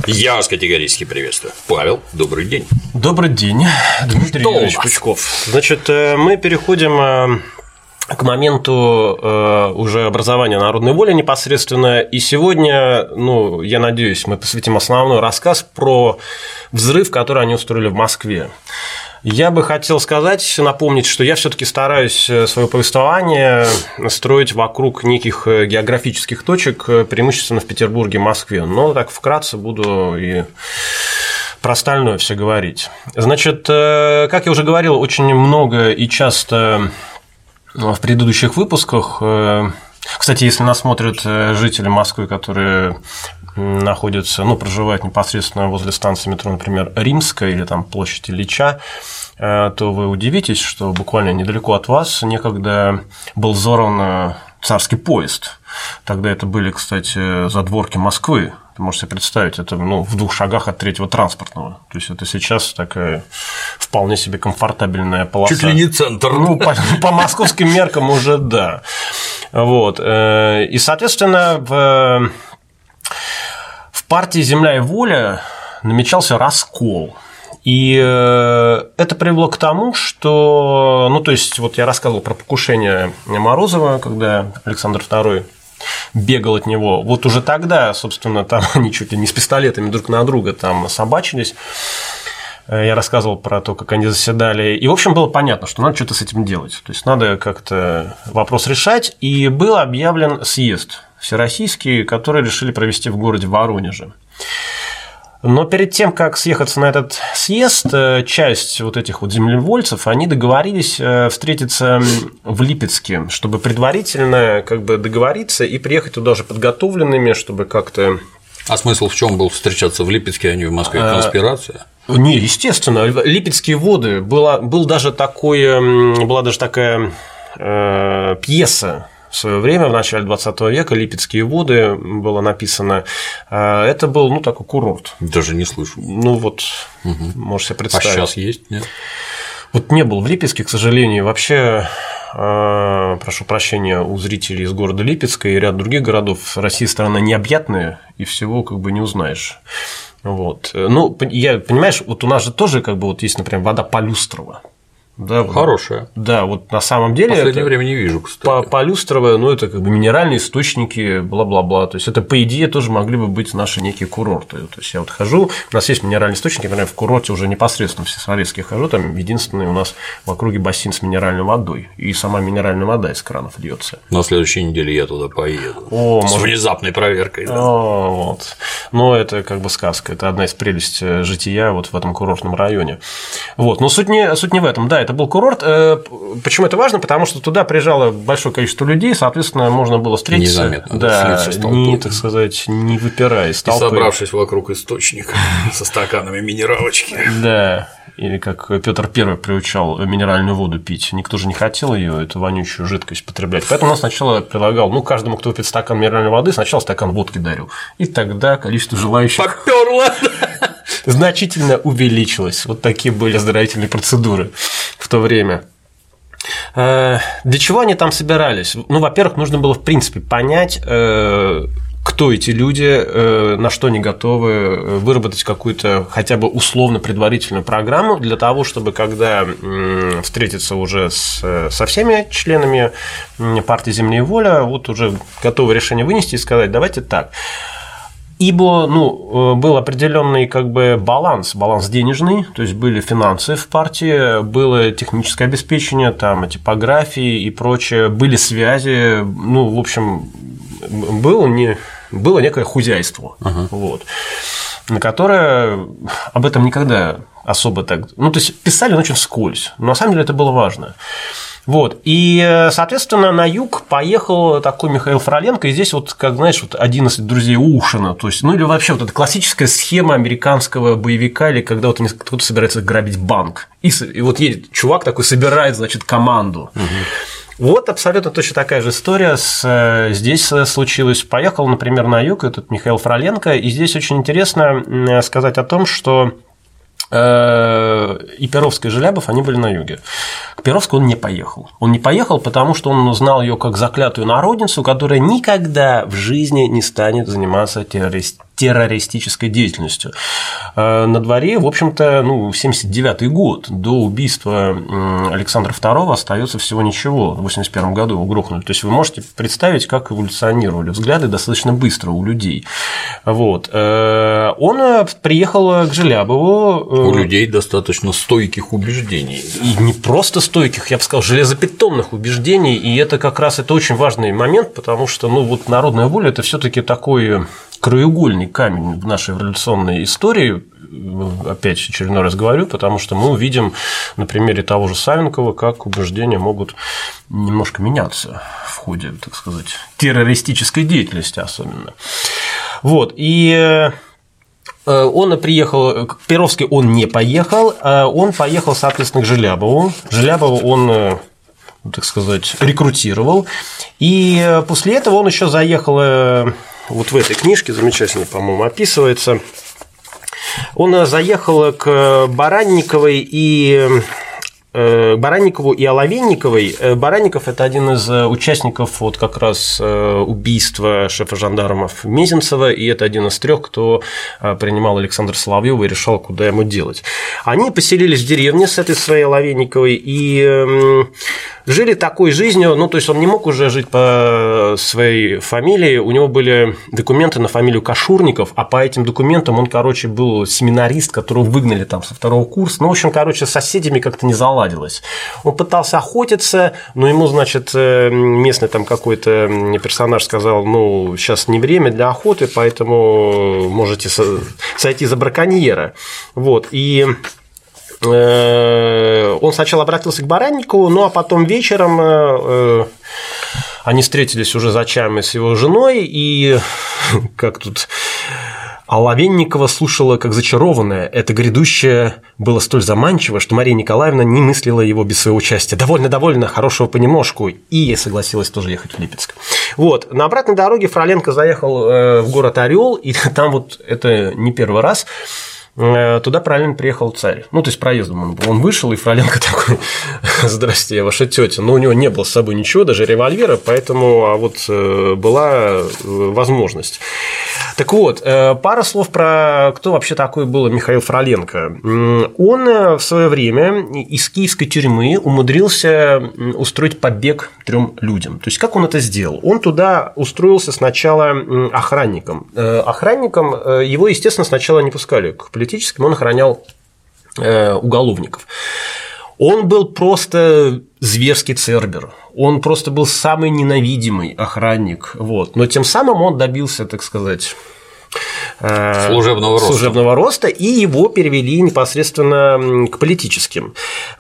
Я вас категорически приветствую. Павел, добрый день. Добрый день, Дмитрий Юрьевич Пучков. Значит, мы переходим к моменту уже образования народной воли непосредственно. И сегодня, я надеюсь, мы посвятим основной рассказ про взрыв, который они устроили в Москве. Я бы хотел напомнить, что я все-таки стараюсь свое повествование строить вокруг неких географических точек, преимущественно в Петербурге, Москве. Но так вкратце буду и про остальное все говорить. Значит, как я уже говорил, очень много и часто в предыдущих выпусках. Кстати, если нас смотрят жители Москвы, которые находятся, проживают непосредственно возле станции метро, например, Римская или там площадь Ильича, то вы удивитесь, что буквально недалеко от вас некогда был взорван царский поезд. Тогда это были, кстати, задворки Москвы. Ты можешь себе представить, это в 2 шагах от третьего транспортного. То есть это сейчас такая вполне себе комфортабельная полоса. Чуть ли не центр. По московским меркам уже да. Вот. И, соответственно, в партии «Земля и воля» намечался раскол. И это привело к тому, что, вот я рассказывал про покушение Морозова, когда Александр II бегал от него. Вот уже тогда, собственно, там они чуть ли не с пистолетами друг на друга там собачились. Я рассказывал про то, как они заседали. И, в общем, было понятно, что надо что-то с этим делать. То есть надо как-то вопрос решать. И был объявлен съезд всероссийский, который решили провести в городе Воронеже. Но перед тем, как съехаться на этот съезд, часть вот этих вот землевольцев, они договорились встретиться в Липецке, чтобы предварительно договориться и приехать туда уже подготовленными, чтобы как-то… А смысл в чем был встречаться в Липецке, а не в Москве? Конспирация? Не, естественно. Липецкие воды. Была даже такая пьеса. В свое время, в начале 20 века, «Липецкие воды» было написано. Это был, такой курорт. Даже не слышу. Можешь себе представить. А сейчас есть, нет? Вот не был в Липецке, к сожалению. Вообще, прошу прощения у зрителей из города Липецка и ряд других городов. Россия страна необъятная, и всего не узнаешь. Вот. Понимаешь, вот у нас же тоже есть, например, вода Полюстрова. Да, хорошая. Да, вот на самом деле. В последнее время не вижу, кстати. Полюстрово, это минеральные источники, бла-бла-бла. То есть это, по идее, тоже могли бы быть наши некие курорты. То есть я хожу, у нас есть минеральные источники, например, в курорте уже непосредственно в Всесоветске хожу, там единственный у нас в округе бассейн с минеральной водой, и сама минеральная вода из кранов льется. На следующей неделе я туда поеду. С внезапной проверкой. Да. Вот. Но это сказка, это одна из прелестей жития в этом курортном районе. Вот. Но суть не в этом, да. Это был курорт. Почему это важно? Потому что туда приезжало большое количество людей, соответственно, можно было встретиться. Незаметно. Да, не выпирая из толпы. И собравшись вокруг источника со стаканами минералочки. Да. Или как Петр I приучал минеральную воду пить. Никто же не хотел ее, эту вонючую жидкость потреблять. Поэтому он сначала предлагал, каждому, кто выпьет стакан минеральной воды, сначала стакан водки дарил. И тогда количество желающих попёрло. Значительно увеличилось. Вот такие были оздоровительные процедуры в то время. Для чего они там собирались? Во-первых, нужно было, в принципе, понять, кто эти люди, на что они готовы, выработать какую-то хотя бы условно предварительную программу для того, чтобы когда встретиться уже со всеми членами партии «Земля и воля», уже готовы решение вынести и сказать: давайте так. Ибо был определенный баланс денежный, то есть были финансы в партии, было техническое обеспечение, там типографии и прочее, были связи, в общем, было некое хозяйство, на которое об этом никогда особо так… то есть писали очень вскользь, но на самом деле это было важно. Вот. И, соответственно, на юг поехал такой Михаил Фроленко, и здесь, один из друзей Ушина, то есть, или вообще это классическая схема американского боевика, или когда кто-то собирается грабить банк, и едет чувак такой, собирает, команду. Вот абсолютно точно такая же история здесь случилась. Поехал, например, на юг этот Михаил Фроленко, и здесь очень интересно сказать о том, что и Перовская, и Желябов, они были на юге. К Перовской он не поехал. Он не поехал, потому что он знал ее как заклятую народницу, которая никогда в жизни не станет заниматься террористической деятельностью. На дворе, в общем-то, 79-й год, до убийства Александра II остается всего ничего, в 81 году его грохнули. То есть вы можете представить, как эволюционировали взгляды достаточно быстро у людей. Вот. Он приехал к Желябову. У людей достаточно стойких убеждений. И не просто стойких, я бы сказал, железобетонных убеждений. И это как раз это очень важный момент, потому что народная воля – это все-таки такой краеугольный камень в нашей революционной истории. Опять очередной раз говорю, потому что мы увидим на примере того же Савенкова, как убеждения могут немножко меняться в ходе, так сказать, террористической деятельности особенно. Вот, и он приехал, к Перовской он не поехал, он поехал, соответственно, к Желябову. Желябова он, так сказать, рекрутировал, и после этого он еще заехал, вот в этой книжке замечательно, по-моему, описывается, он заехал к Баранниковой Баранникову и Оловенниковой. Баранников – это один из участников вот как раз убийства шефа жандармов Мезенцева, и это один из трех, кто принимал Александра Соловьева и решал, куда ему делать. Они поселились в деревне с этой своей Оловенниковой и жили такой жизнью, то есть он не мог уже жить по своей фамилии, у него были документы на фамилию Кашурников, а по этим документам он, был семинарист, которого выгнали там со второго курса, в общем, с соседями как-то не заладилось. Он пытался охотиться, но ему, значит, местный там какой-то персонаж сказал, сейчас не время для охоты, поэтому можете сойти за браконьера. Вот, и он сначала обратился к Баранникову, а потом вечером они встретились уже за чаем с его женой, и как тут Оловенникова слушала как зачарованная. Это грядущее было столь заманчиво, что Мария Николаевна не мыслила его без своего участия. Довольно, хорошего понемножку. И согласилась тоже ехать в Липецк. Вот. На обратной дороге Фроленко заехал в город Орел, и там вот это не первый раз. Туда параллельно приехал царь. То есть проездом он вышел, и Фроленко такой: «Здрасте, я ваша тетя». Но у него не было с собой ничего, даже револьвера, поэтому была возможность. Так вот, пара слов про кто вообще такой был Михаил Фроленко. Он в свое время из киевской тюрьмы умудрился устроить побег 3 людям. То есть, как он это сделал? Он туда устроился сначала охранником. Охранником его, естественно, сначала не пускали к политическим, он охранял уголовников. Он был просто зверский цербер, он просто был самый ненавидимый охранник, но тем самым он добился, так сказать, служебного роста, и его перевели непосредственно к политическим.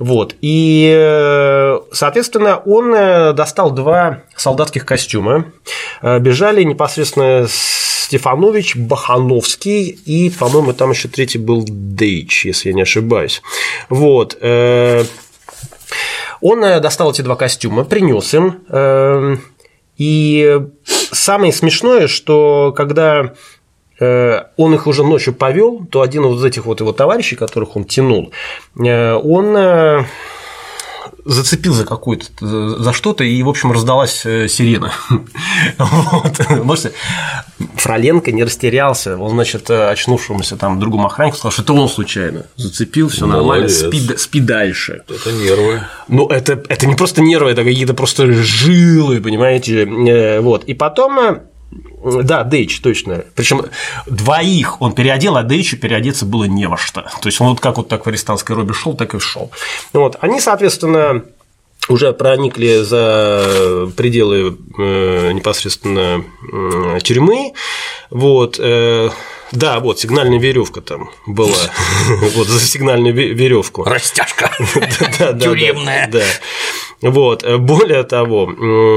И, соответственно, он достал 2 солдатских костюма, бежали непосредственно Стефанович, Бахановский и, по-моему, там еще 3-й был Дейч, если я не ошибаюсь. Он достал эти 2 костюма, принес им, и самое смешное, что когда он их уже ночью повел, то один из этих его товарищей, которых он тянул, он зацепил за что-то, и, в общем, раздалась сирена. Можете, Фроленко не растерялся, он, значит, очнувшемуся там другому охраннику сказал, что это он случайно зацепил, все нормально, спи дальше. Это нервы. Это не просто нервы, это какие-то просто жилы, понимаете, И потом. Да, Дейч, точно. Причем 2 он переодел, а Дейчу переодеться было не во что. То есть он так в арестантской робе шел, так и шел. Они, соответственно, уже проникли за пределы непосредственно тюрьмы. Да, сигнальная веревка там была. За сигнальную веревку. Растяжка. Тюремная. Более того,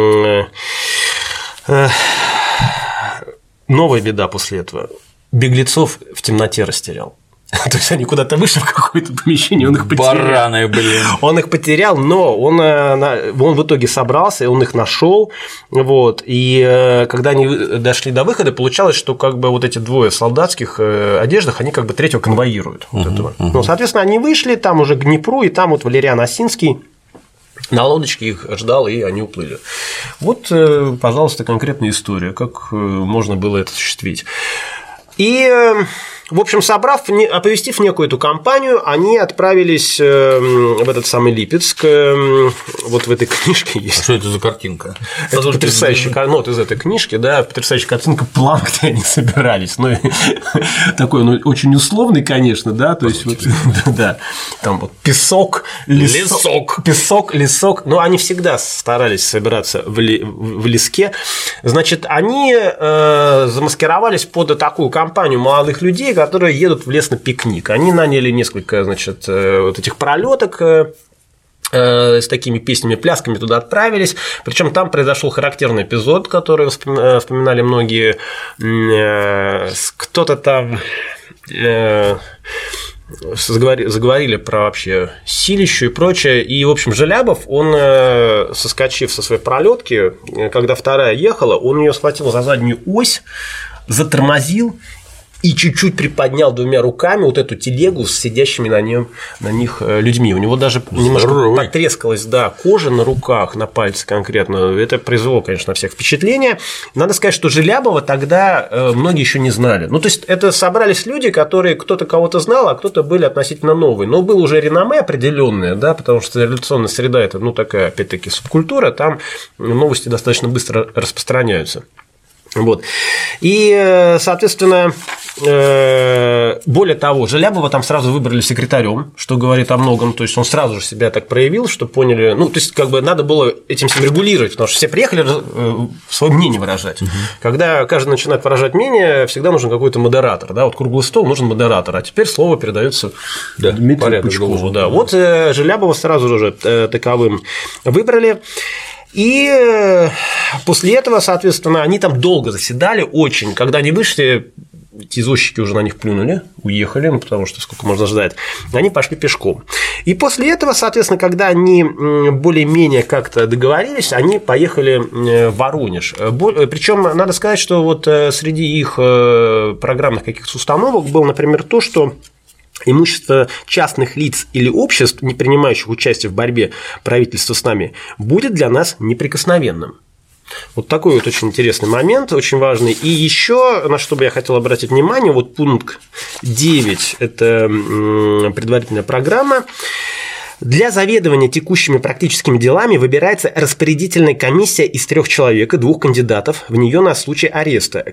новая беда после этого. Беглецов в темноте растерял. То есть они куда-то вышли в какое-то помещение, он их потерял. Бараны, блин. Он их потерял, но он в итоге собрался, он их нашел. И когда они дошли до выхода, получалось, что эти 2 в солдатских одеждах, они 3-го конвоируют. Соответственно, они вышли там уже к Днепру, и там Валериан Осинский на лодочке их ждал, и они уплыли. Пожалуйста, конкретная история, как можно было это осуществить. И, в общем, оповестив некую эту компанию, они отправились в этот самый Липецк. Вот в этой книжке есть. А что это за картинка? Это потрясающая вот из этой книжки, да, потрясающая картинка, план, где они собирались. Ну, такой, очень условный, конечно, да, то есть, вот, да, там вот песок, лесок. Но они всегда старались собираться в леске. Значит, они замаскировались под такую компанию молодых людей, которые едут в лес на пикник. Они наняли несколько, значит, вот этих пролеток с такими песнями, плясками туда отправились. Причем там произошел характерный эпизод, который вспоминали многие. Кто-то там заговорили про вообще силищу и прочее. И, в общем, Желябов, он, соскочив со своей пролетки, когда вторая ехала, он ее схватил за заднюю ось, затормозил и чуть-чуть приподнял двумя руками вот эту телегу с сидящими на них людьми. У него даже немножко потрескалась, да, кожа на руках, на пальце конкретно. Это произвело, конечно, на всех впечатление. Надо сказать, что Желябова тогда многие еще не знали. Ну, то есть, это собрались люди, которые кто-то кого-то знал, а кто-то были относительно новые. Но было уже реноме определенное, да, потому что революционная среда – это, ну, такая, опять-таки, субкультура, там новости достаточно быстро распространяются. Вот. И, соответственно, более того, Желябова там сразу выбрали секретарем, что говорит о многом. То есть он сразу же себя так проявил, что поняли. Ну, то есть, как бы надо было этим всем регулировать, потому что все приехали свое мнение выражать. Когда каждый начинает выражать мнение, всегда нужен какой-то модератор. Да? Вот круглый стол нужен модератор, а теперь слово передается Дмитрию Пучкову. Да. Вот Желябова сразу же таковым выбрали. И после этого, соответственно, они там долго заседали, очень. Когда они вышли, эти извозчики уже на них плюнули, уехали, потому что сколько можно ждать, они пошли пешком. И после этого, соответственно, когда они более-менее как-то договорились, они поехали в Воронеж. Причем надо сказать, что вот среди их программных каких-то установок было, например, то, что имущество частных лиц или обществ, не принимающих участие в борьбе правительства с нами, будет для нас неприкосновенным. Вот такой вот очень интересный момент, очень важный. И еще, на что бы я хотел обратить внимание, вот пункт 9 – это предварительная программа. Для заведования текущими практическими делами выбирается распорядительная комиссия из 3 человек и 2 кандидатов в нее на случай ареста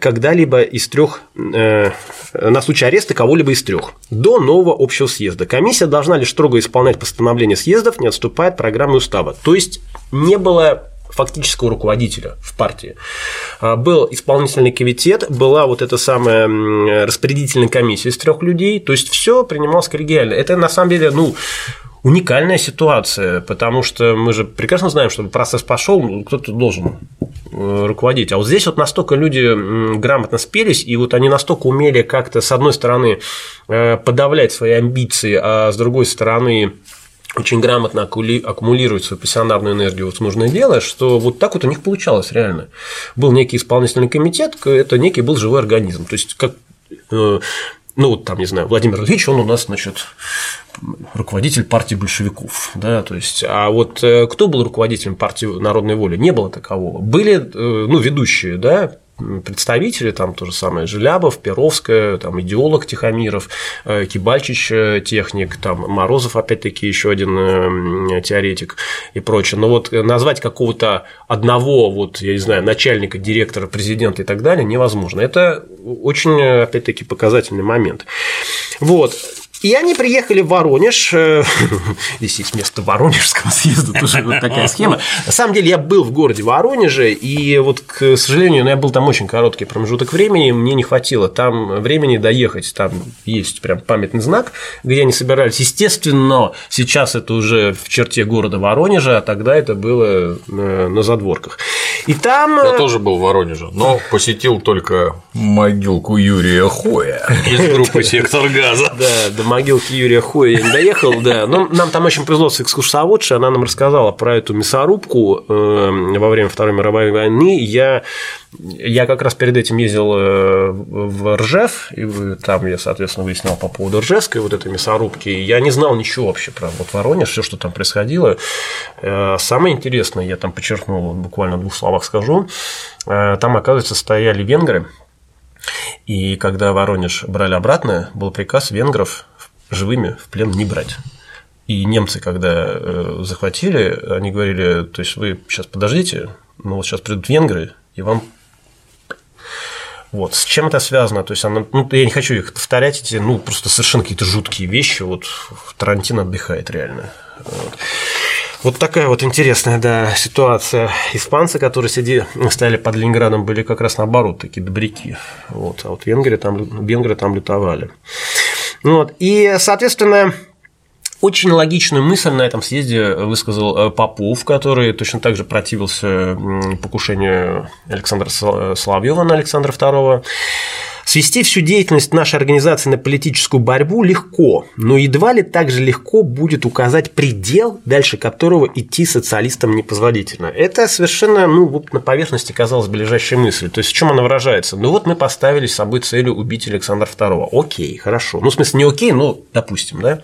на случай ареста кого-либо из 3 до нового общего съезда. Комиссия должна лишь строго исполнять постановления съездов, не отступая от программы устава. То есть не было фактического руководителя в партии. Был исполнительный комитет, была вот эта самая распорядительная комиссия из 3 людей, то есть все принималось коллегиально. Это на самом деле, уникальная ситуация, потому что мы же прекрасно знаем, чтобы процесс пошел, кто-то должен руководить. А вот здесь вот настолько люди грамотно спелись, и вот они настолько умели как-то, с одной стороны, подавлять свои амбиции, а с другой стороны, очень грамотно аккумулировать свою пассионарную энергию вот в нужное дело, что вот так вот у них получалось реально. Был некий исполнительный комитет, это некий был живой организм. То есть, как, там, не знаю, Владимир Ильич, он у нас, значит, руководитель партии большевиков, да, то есть, а вот кто был руководителем партии Народной воли? Не было такового. Были, ведущие, да, представители, там то же самое Желябов, Перовская, там идеолог Тихомиров, Кибальчич техник, там Морозов, опять-таки, еще один теоретик и прочее. Но вот назвать какого-то одного, вот, я не знаю, начальника, директора, президента и так далее невозможно. Это очень, опять-таки, показательный момент. Вот. И они приехали в Воронеж. Здесь есть место Воронежского съезда, тоже вот такая схема. На самом деле, я был в городе Воронеже, и вот, к сожалению, я был там очень короткий промежуток времени, мне не хватило там времени доехать. Там есть прям памятный знак, где они собирались. Естественно, сейчас это уже в черте города Воронежа, а тогда это было на задворках. И там… Я тоже был в Воронеже, но посетил только могилку Юрия Хоя из группы «Сектор газа». Да, до могилки Юрия Хоя я не доехал, да. Но нам там очень повезло с экскурсоводшей, она нам рассказала про эту мясорубку во время Второй мировой войны. Я как раз перед этим ездил в Ржев, и там я, соответственно, выяснял по поводу Ржевской вот этой мясорубки. Я не знал ничего вообще про вот Воронеж, все, что там происходило. Самое интересное, я там подчеркнул, буквально в 2 словах скажу, там, оказывается, стояли венгры. И когда Воронеж брали обратно, был приказ венгров живыми в плен не брать. И немцы, когда захватили, они говорили, то есть вы сейчас подождите, но вот сейчас придут венгры, и вам… Вот. С чем это связано? То есть, я не хочу их повторять, эти, просто совершенно какие-то жуткие вещи. Вот Тарантино отдыхает реально. Вот такая вот интересная, да, ситуация. Испанцы, которые стояли под Ленинградом, были как раз наоборот, такие добряки. Вот. А вот венгры там лютовали. Вот. И, соответственно, очень логичную мысль на этом съезде высказал Попов, который точно так же противился покушению Александра Соловьева на Александра II. Свести всю деятельность нашей организации на политическую борьбу легко, но едва ли так же легко будет указать предел, дальше которого идти социалистам непозволительно. Это совершенно, на поверхности казалось бы лежащая мысль. То есть в чем она выражается? Мы поставили с собой целью убить Александра II. Окей, хорошо. В смысле, не окей, но допустим, да.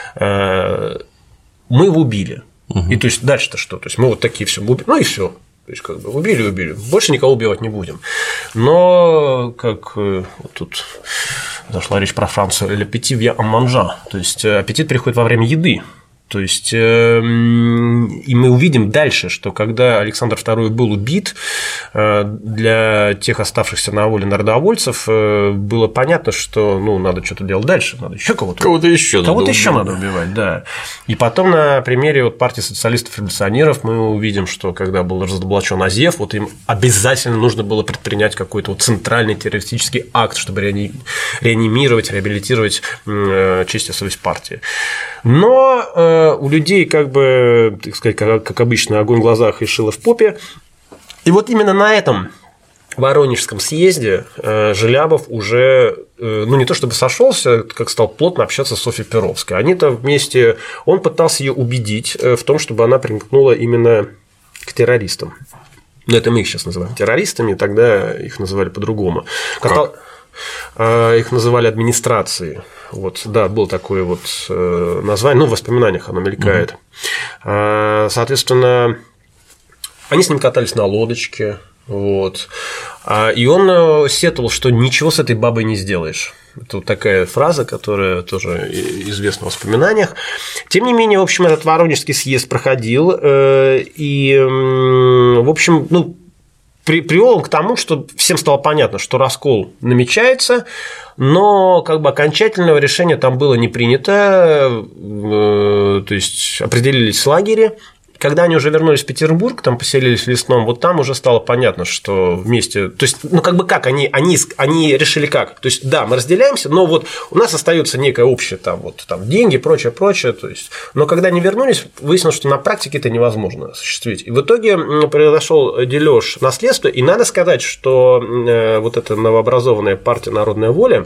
Мы его убили. И то есть дальше-то что? То есть мы вот такие все убили, и все. То есть, убили, больше никого убивать не будем. Но, как вот тут зашла речь про Францию, «le petit vient en mangeant», то есть аппетит приходит во время еды. То есть, и мы увидим дальше, что когда Александр II был убит, для тех оставшихся на воле народовольцев было понятно, что надо что-то делать дальше, надо еще кого-то еще надо убивать, да. И потом на примере партии социалистов-революционеров мы увидим, что когда был разоблачен Азеф, вот им обязательно нужно было предпринять какой-то центральный террористический акт, чтобы реанимировать, реабилитировать честь и совесть партии. Но у людей, так сказать, как обычно, огонь в глазах и шило в попе. И вот именно на этом Воронежском съезде Желябов уже, не то чтобы сошелся, как стал плотно общаться с Софьей Перовской. Они-то вместе, он пытался ее убедить в том, чтобы она примкнула именно к террористам. Это мы их сейчас называем террористами, тогда их называли по-другому. Их называли администрацией. Вот, да, было такое вот название, в воспоминаниях оно мелькает. Соответственно, они с ним катались на лодочке. Вот. И он сетовал, что ничего с этой бабой не сделаешь. Это вот такая фраза, которая тоже известна в воспоминаниях. Тем не менее, в общем, этот Воронежский съезд проходил. И, в общем, привел он к тому, что всем стало понятно, что раскол намечается, но окончательного решения там было не принято, то есть определились лагеря. Когда они уже вернулись в Петербург, там поселились в Лесном, вот там уже стало понятно, что вместе, то есть, они решили как, то есть, да, мы разделяемся, но вот у нас остается некое общее там деньги, прочее, то есть, но когда они вернулись, выяснилось, что на практике это невозможно осуществить. И в итоге произошел дележ наследства, и надо сказать, что вот эта новообразованная партия «Народная воля»,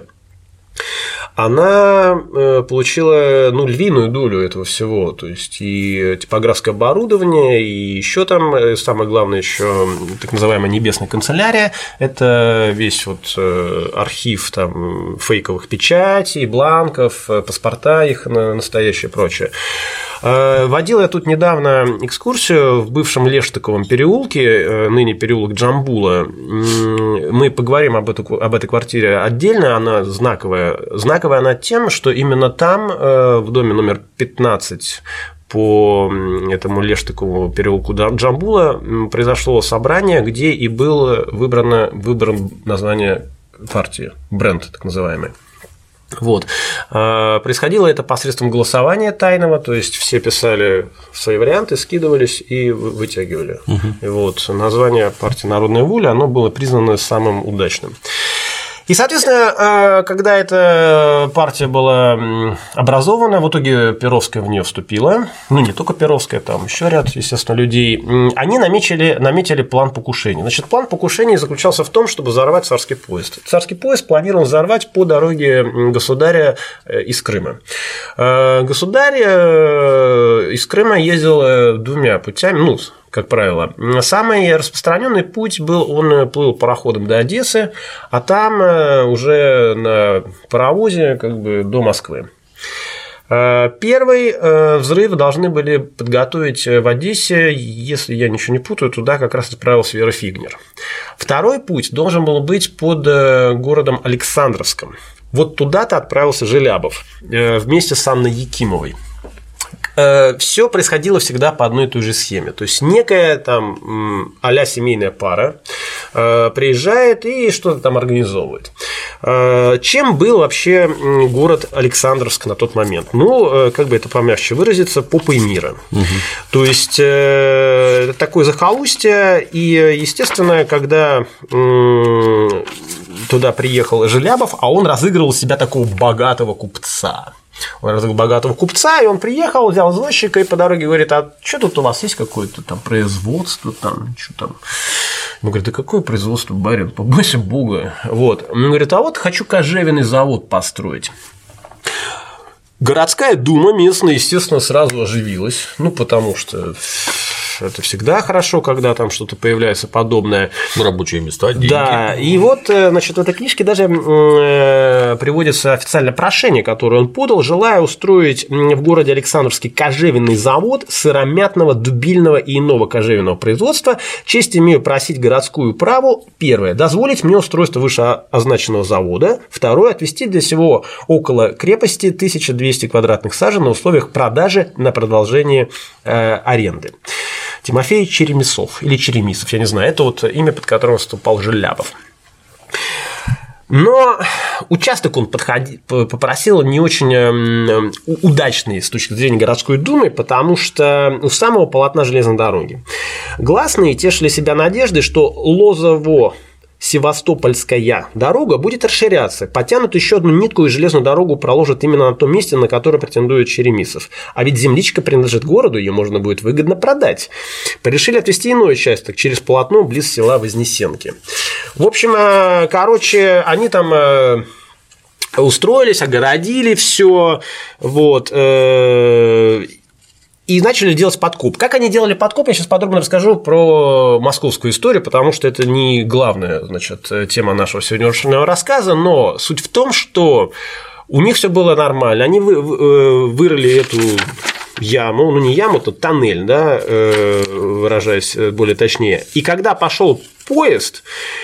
она получила львиную долю этого всего, то есть и типографское оборудование, и еще там самое главное еще так называемая небесная канцелярия, это весь архив там фейковых печатей, бланков, паспорта их настоящие и прочее. Водил я тут недавно экскурсию в бывшем Лештыковом переулке, ныне переулок Джамбула. Мы поговорим об этой квартире отдельно, она знаковая. Знаковая она тем, что именно там, в доме номер 15 по этому Лештыкову переулку Джамбула, произошло собрание, где и было выбрано название партии, бренд так называемый. Вот. Происходило это посредством голосования тайного, то есть все писали свои варианты, скидывались и вытягивали. И вот название партии «Народная воля» оно было признано самым удачным. И, соответственно, когда эта партия была образована, в итоге Перовская в нее вступила, не только Перовская, там еще ряд, естественно, людей, они наметили план покушения. Значит, план покушения заключался в том, чтобы взорвать царский поезд. Царский поезд планировал взорвать по дороге государя из Крыма. Государь из Крыма ездил двумя путями, как правило. Самый распространенный путь был, он плыл пароходом до Одессы, а там уже на паровозе до Москвы. Первый взрыв должны были подготовить в Одессе, если я ничего не путаю, туда как раз отправилась Вера Фигнер. Второй путь должен был быть под городом Александровском. Вот туда-то отправился Желябов вместе с Анной Якимовой. Все происходило всегда по одной и той же схеме. То есть некая там а-ля семейная пара приезжает и что-то там организовывает. Чем был вообще город Александровск на тот момент? Ну, как бы это помягче выразиться, попой мира. То есть такое захолустье, и, естественно, когда туда приехал Желябов, а он разыгрывал себя такого богатого купца. Он разыграл богатого купца, и он приехал, взял извозчика и по дороге говорит: а что тут у вас есть какое-то там производство, там, что там? Он говорит: да какое производство, барин, побойся Бога. Вот. Он говорит: а вот хочу кожевенный завод построить. Городская дума местная, естественно, сразу оживилась, ну, потому что это всегда хорошо, когда там что-то появляется подобное. Рабочие места, деньги. Да, и вот, значит, в этой книжке даже приводится официальное прошение, которое он подал, желая устроить в городе Александровске кожевенный завод сыромятного, дубильного и иного кожевенного производства. Честь имею просить городскую управу: первое, дозволить мне устройство вышеозначенного завода; второе, отвести для сего около крепости 1200 квадратных сажен на условиях продажи на продолжение аренды. Тимофей Черемисов, или Черемисов, я не знаю, это вот имя, под которым выступал Желябов. Но участок он попросил не очень удачный с точки зрения городской думы, потому что у самого полотна железной дороги. Гласные тешили себя надеждой, что Лозово-Севастопольская дорога будет расширяться, потянут еще одну нитку и железную дорогу проложат именно на том месте, на которое претендует Черемисов. А ведь земличка принадлежит городу, ее можно будет выгодно продать. Порешили отвести иной участок через полотно близ села Вознесенки. В общем, короче, они там устроились, огородили все, вот. И начали делать подкоп. Как они делали подкоп, я сейчас подробно расскажу про московскую историю, потому что это не главная, значит, тема нашего сегодняшнего рассказа, но суть в том, что у них все было нормально. Они вырыли эту яму, ну не яму, то тоннель, да, выражаясь более точнее. И когда пошел поезд,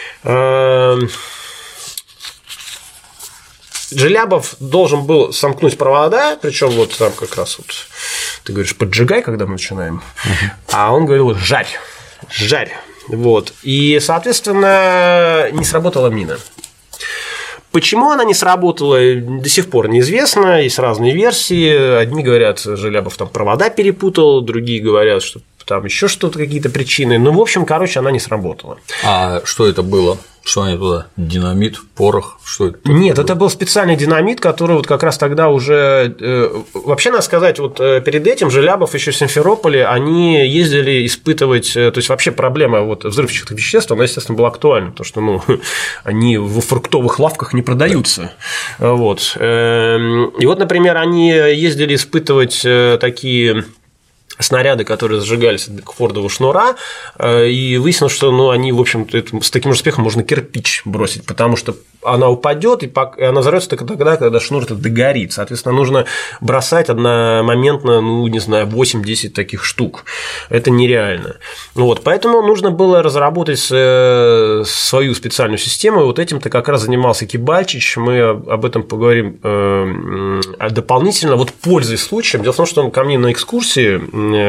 Желябов должен был сомкнуть провода, причем вот там как раз вот ты говоришь: поджигай, когда мы начинаем, а он говорил: жарь. Вот. И, соответственно, не сработала мина. Почему она не сработала, до сих пор неизвестно, есть разные версии. Одни говорят, Желябов там провода перепутал, другие говорят, что там еще что-то, какие-то причины. Ну, в общем, короче, она не сработала. А что это было? Что они туда? Динамит, порох? Что это? Нет, это был специальный динамит, который вот как раз тогда уже… Вообще, надо сказать, вот перед этим Желябов еще в Симферополе, они ездили испытывать… То есть, вообще проблема вот взрывчатых веществ, она, естественно, была актуальна, потому что, ну, они в фруктовых лавках не продаются. Вот. И вот, например, они ездили испытывать такие… снаряды, которые зажигались от Бекфордова шнура, и выяснилось, что, ну, они, в общем-то, с таким же успехом можно кирпич бросить, потому что она упадет, и она взорвется только тогда, когда шнур этот догорит. Соответственно, нужно бросать одномоментно, ну, не знаю, 8-10 таких штук. Это нереально. Вот, поэтому нужно было разработать свою специальную систему, и вот этим-то как раз занимался Кибальчич, мы об этом поговорим дополнительно. Вот, пользуясь случаем, дело в том, что он ко мне на экскурсии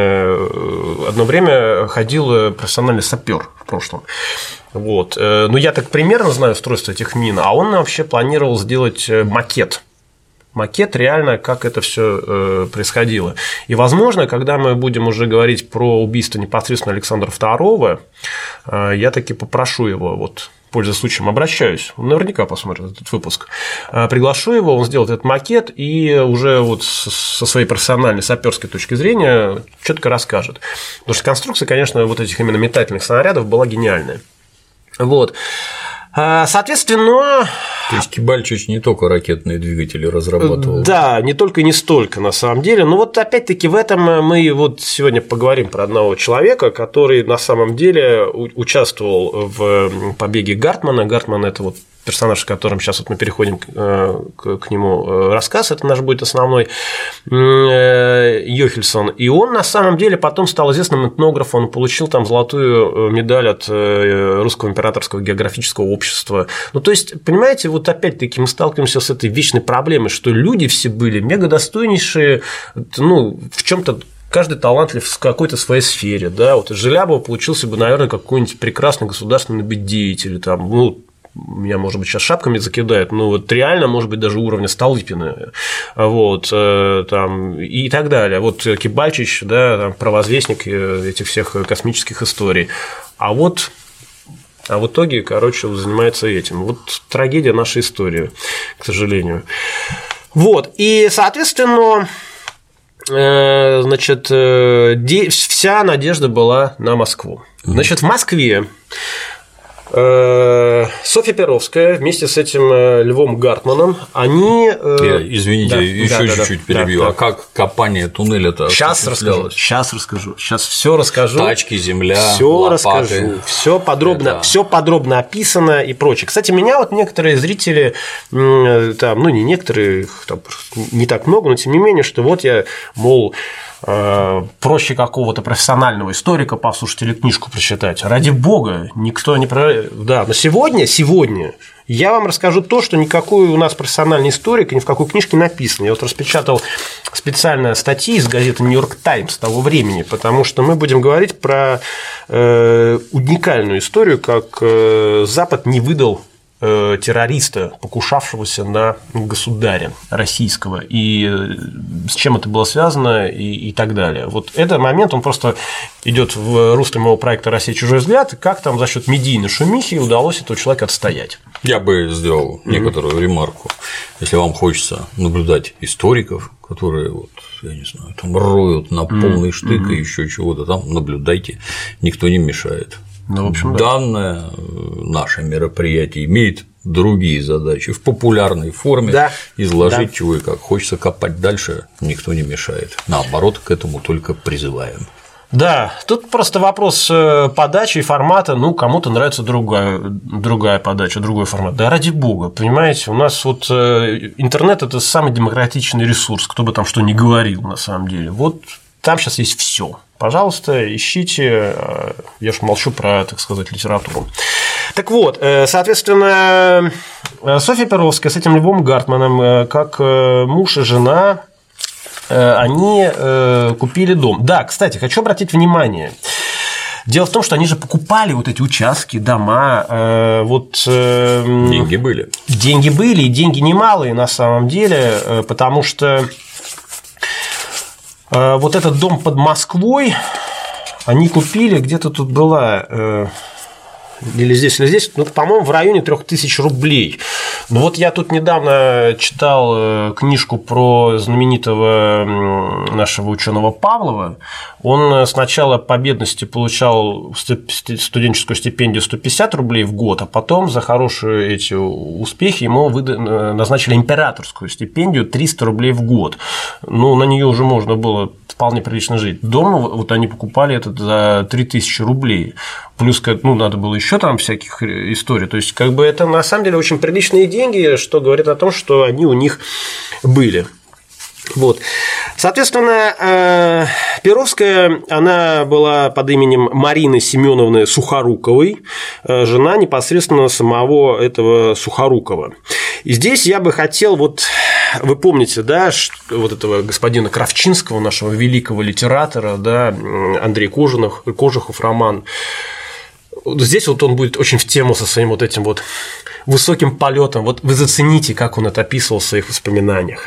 одно время ходил профессиональный сапер в прошлом. Вот. Ну, я так примерно знаю устройство этих мин, а он вообще планировал сделать макет. Макет реально, как это все происходило. И, возможно, когда мы будем уже говорить про убийство непосредственно Александра II, я таки попрошу его, вот, пользуясь случаем, обращаюсь, он наверняка посмотрит этот выпуск, приглашу его, он сделает этот макет и уже вот со своей профессиональной саперской точки зрения четко расскажет. Потому что конструкция, конечно, вот этих именно метательных снарядов была гениальная. Вот. Соответственно… То есть Кибальчич не только ракетные двигатели разрабатывал. Да, не только и не столько, на самом деле. Но вот опять-таки в этом мы вот сегодня поговорим про одного человека, который на самом деле участвовал в побеге Гартмана. Гартман – это вот персонаж, с которым сейчас вот мы переходим к нему рассказ, это наш будет основной, Йохельсон. И он на самом деле потом стал известным этнографом, он получил там золотую медаль от Русского императорского географического общества. Ну, то есть, понимаете, вот опять-таки мы сталкиваемся с этой вечной проблемой, что люди все были мегадостойнейшие, ну, в чем-то каждый талантлив в какой-то своей сфере, да, вот из Желябова получился бы, наверное, какой-нибудь прекрасный государственный деятель, там, ну, меня, может быть, сейчас шапками закидают, но вот реально, может быть, даже уровня Столыпина, вот, там, и так далее. Вот Кибальчич, да, там, провозвестник этих всех космических историй. А в итоге, короче, занимается этим. Вот трагедия нашей истории, к сожалению. Вот, и, соответственно, значит, вся надежда была на Москву. Значит, в Москве Софья Перовская вместе с этим Львом Гартманом, они… Извините, еще чуть-чуть перебью. А как копание туннеля-то осуществлялось? Сейчас расскажу. Сейчас все расскажу. Тачки, земля, все лопаты. Расскажу. Все подробно описано и прочее. Кстати, меня вот некоторые зрители, там, ну не некоторые, их там не так много, но тем не менее, что вот я, мол, проще какого-то профессионального историка послушать или книжку прочитать. Ради бога, никто не… Да, но сегодня я вам расскажу то, что никакой у нас профессиональный историк ни в какой книжке не написано. Я вот распечатал специальные статьи из газеты «Нью-Йорк Таймс» того времени, потому что мы будем говорить про уникальную историю, как Запад не выдал террориста, покушавшегося на государя российского, и с чем это было связано, и так далее. Вот этот момент, он просто идет в русле моего проекта «Россия. Чужой взгляд», и как там за счет медийной шумихи удалось этого человека отстоять. Я бы сделал некоторую ремарку. Если вам хочется наблюдать историков, которые, вот, я не знаю, там роют на полный штык и еще чего-то там, наблюдайте, никто не мешает. Ну, в общем, данное наше мероприятие имеет другие задачи в популярной форме, изложить чего и как. Хочется копать дальше, никто не мешает. Наоборот, к этому только призываем. Да, тут просто вопрос подачи и формата, ну, кому-то нравится другая подача, другой формат. Да ради бога, понимаете, у нас вот интернет – это самый демократичный ресурс, кто бы там что ни говорил на самом деле. Вот там сейчас есть все. Пожалуйста, ищите, я уж молчу про, так сказать, литературу. Так вот, соответственно, Софья Перовская с этим Львом Гартманом, как муж и жена, они купили дом. Да, кстати, хочу обратить внимание. Дело в том, что они же покупали вот эти участки, дома, вот… Деньги были. Деньги были, и деньги немалые на самом деле, потому что… Вот этот дом под Москвой они купили, где-то тут была, или здесь, ну, по-моему, в районе 3000 рублей. Но вот я тут недавно читал книжку про знаменитого нашего ученого Павлова. Он сначала по бедности получал студенческую стипендию 150 рублей в год, а потом за хорошие эти успехи ему назначили императорскую стипендию 300 рублей в год. Ну, на нее уже можно было вполне прилично жить. Дома вот они покупали этот за 3000 рублей. Плюс, ну, надо было еще там всяких историй. То есть, как бы это на самом деле очень приличные деньги, что говорит о том, что они у них были. Вот. Соответственно, Перовская, она была под именем Марины Семеновны Сухоруковой, жена непосредственно самого этого Сухорукова. И здесь я бы хотел, вот вы помните, да, вот этого господина Кравчинского, нашего великого литератора, да, Андрей Кожухов роман. Здесь вот он будет очень в тему со своим вот этим вот высоким полетом. Вот вы зацените, как он это описывал в своих воспоминаниях.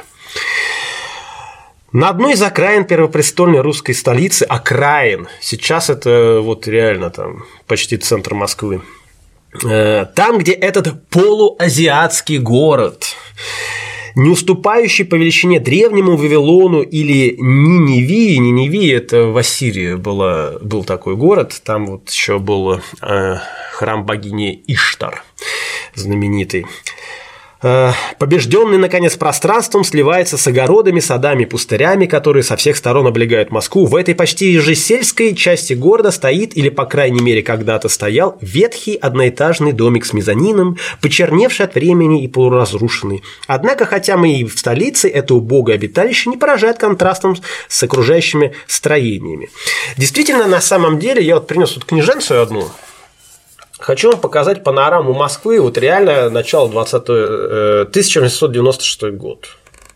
На одной из окраин первопрестольной русской столицы, окраин, сейчас это вот реально там почти центр Москвы, там, где этот полуазиатский город, не уступающий по величине древнему Вавилону или Ниневии. Ниневии – это в Ассирии был такой город, там вот еще был храм богини Иштар знаменитый. Побежденный, наконец, пространством сливается с огородами, садами и пустырями, которые со всех сторон облегают Москву. В этой почти же сельской части города стоит, или, по крайней мере, когда-то стоял, ветхий одноэтажный домик с мезонином, почерневший от времени и полуразрушенный. Однако, хотя мы и в столице, это убогое обиталище не поражает контрастом с окружающими строениями. Действительно, на самом деле, я вот принес тут книженцию одну. Хочу вам показать панораму Москвы, вот реально начало 1896 год.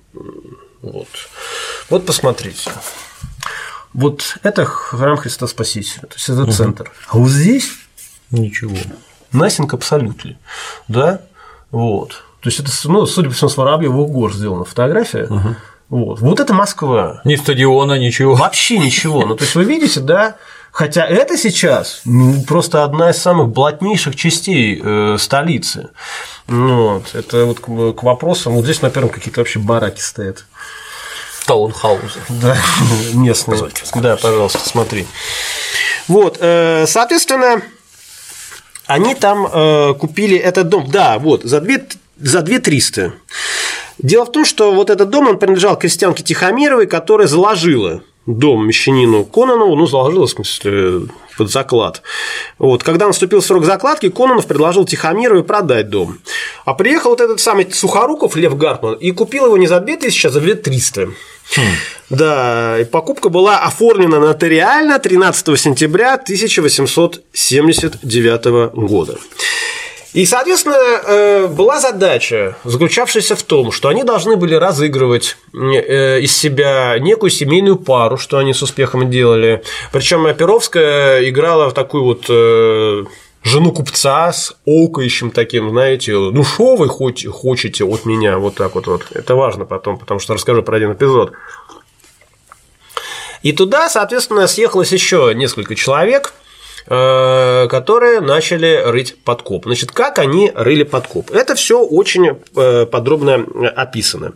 Вот посмотрите. Вот это храм Христа Спасителя, то есть это центр. А вот здесь ничего. Nothing абсолютно. Да? Вот. То есть это, судя по всему, с Воробьёвых гор сделана фотография. Вот это Москва. Ни стадиона, ничего. Вообще ничего. Ну, то есть вы видите, да? Хотя это сейчас просто одна из самых блатнейших частей столицы. Вот. Это вот к вопросам. Вот здесь, наверное, какие-то вообще бараки стоят. Таунхаузы. Да, местные. Позвольте. Да, пожалуйста, смотри. Вот, соответственно, они там купили этот дом. Да, вот, за 2300. Дело в том, что вот этот дом, он принадлежал крестьянке Тихомировой, которая заложила дом мещанину Кононову, заложила, в смысле, под заклад. Вот. Когда наступил срок закладки, Кононов предложил Тихомировой продать дом. А приехал вот этот самый Сухоруков Лев Гартман и купил его не за 2000, а за 2300. Да, и покупка была оформлена нотариально 13 сентября 1879 года. И, соответственно, была задача, заключавшаяся в том, что они должны были разыгрывать из себя некую семейную пару, что они с успехом делали. Причем Перовская играла в такую вот жену купца с окающим таким, знаете, ну что вы хотите от меня, вот так вот. Это важно потом, потому что расскажу про один эпизод. И туда, соответственно, съехалось еще несколько человек, которые начали рыть подкоп. Значит, как они рыли подкоп? Это все очень подробно описано.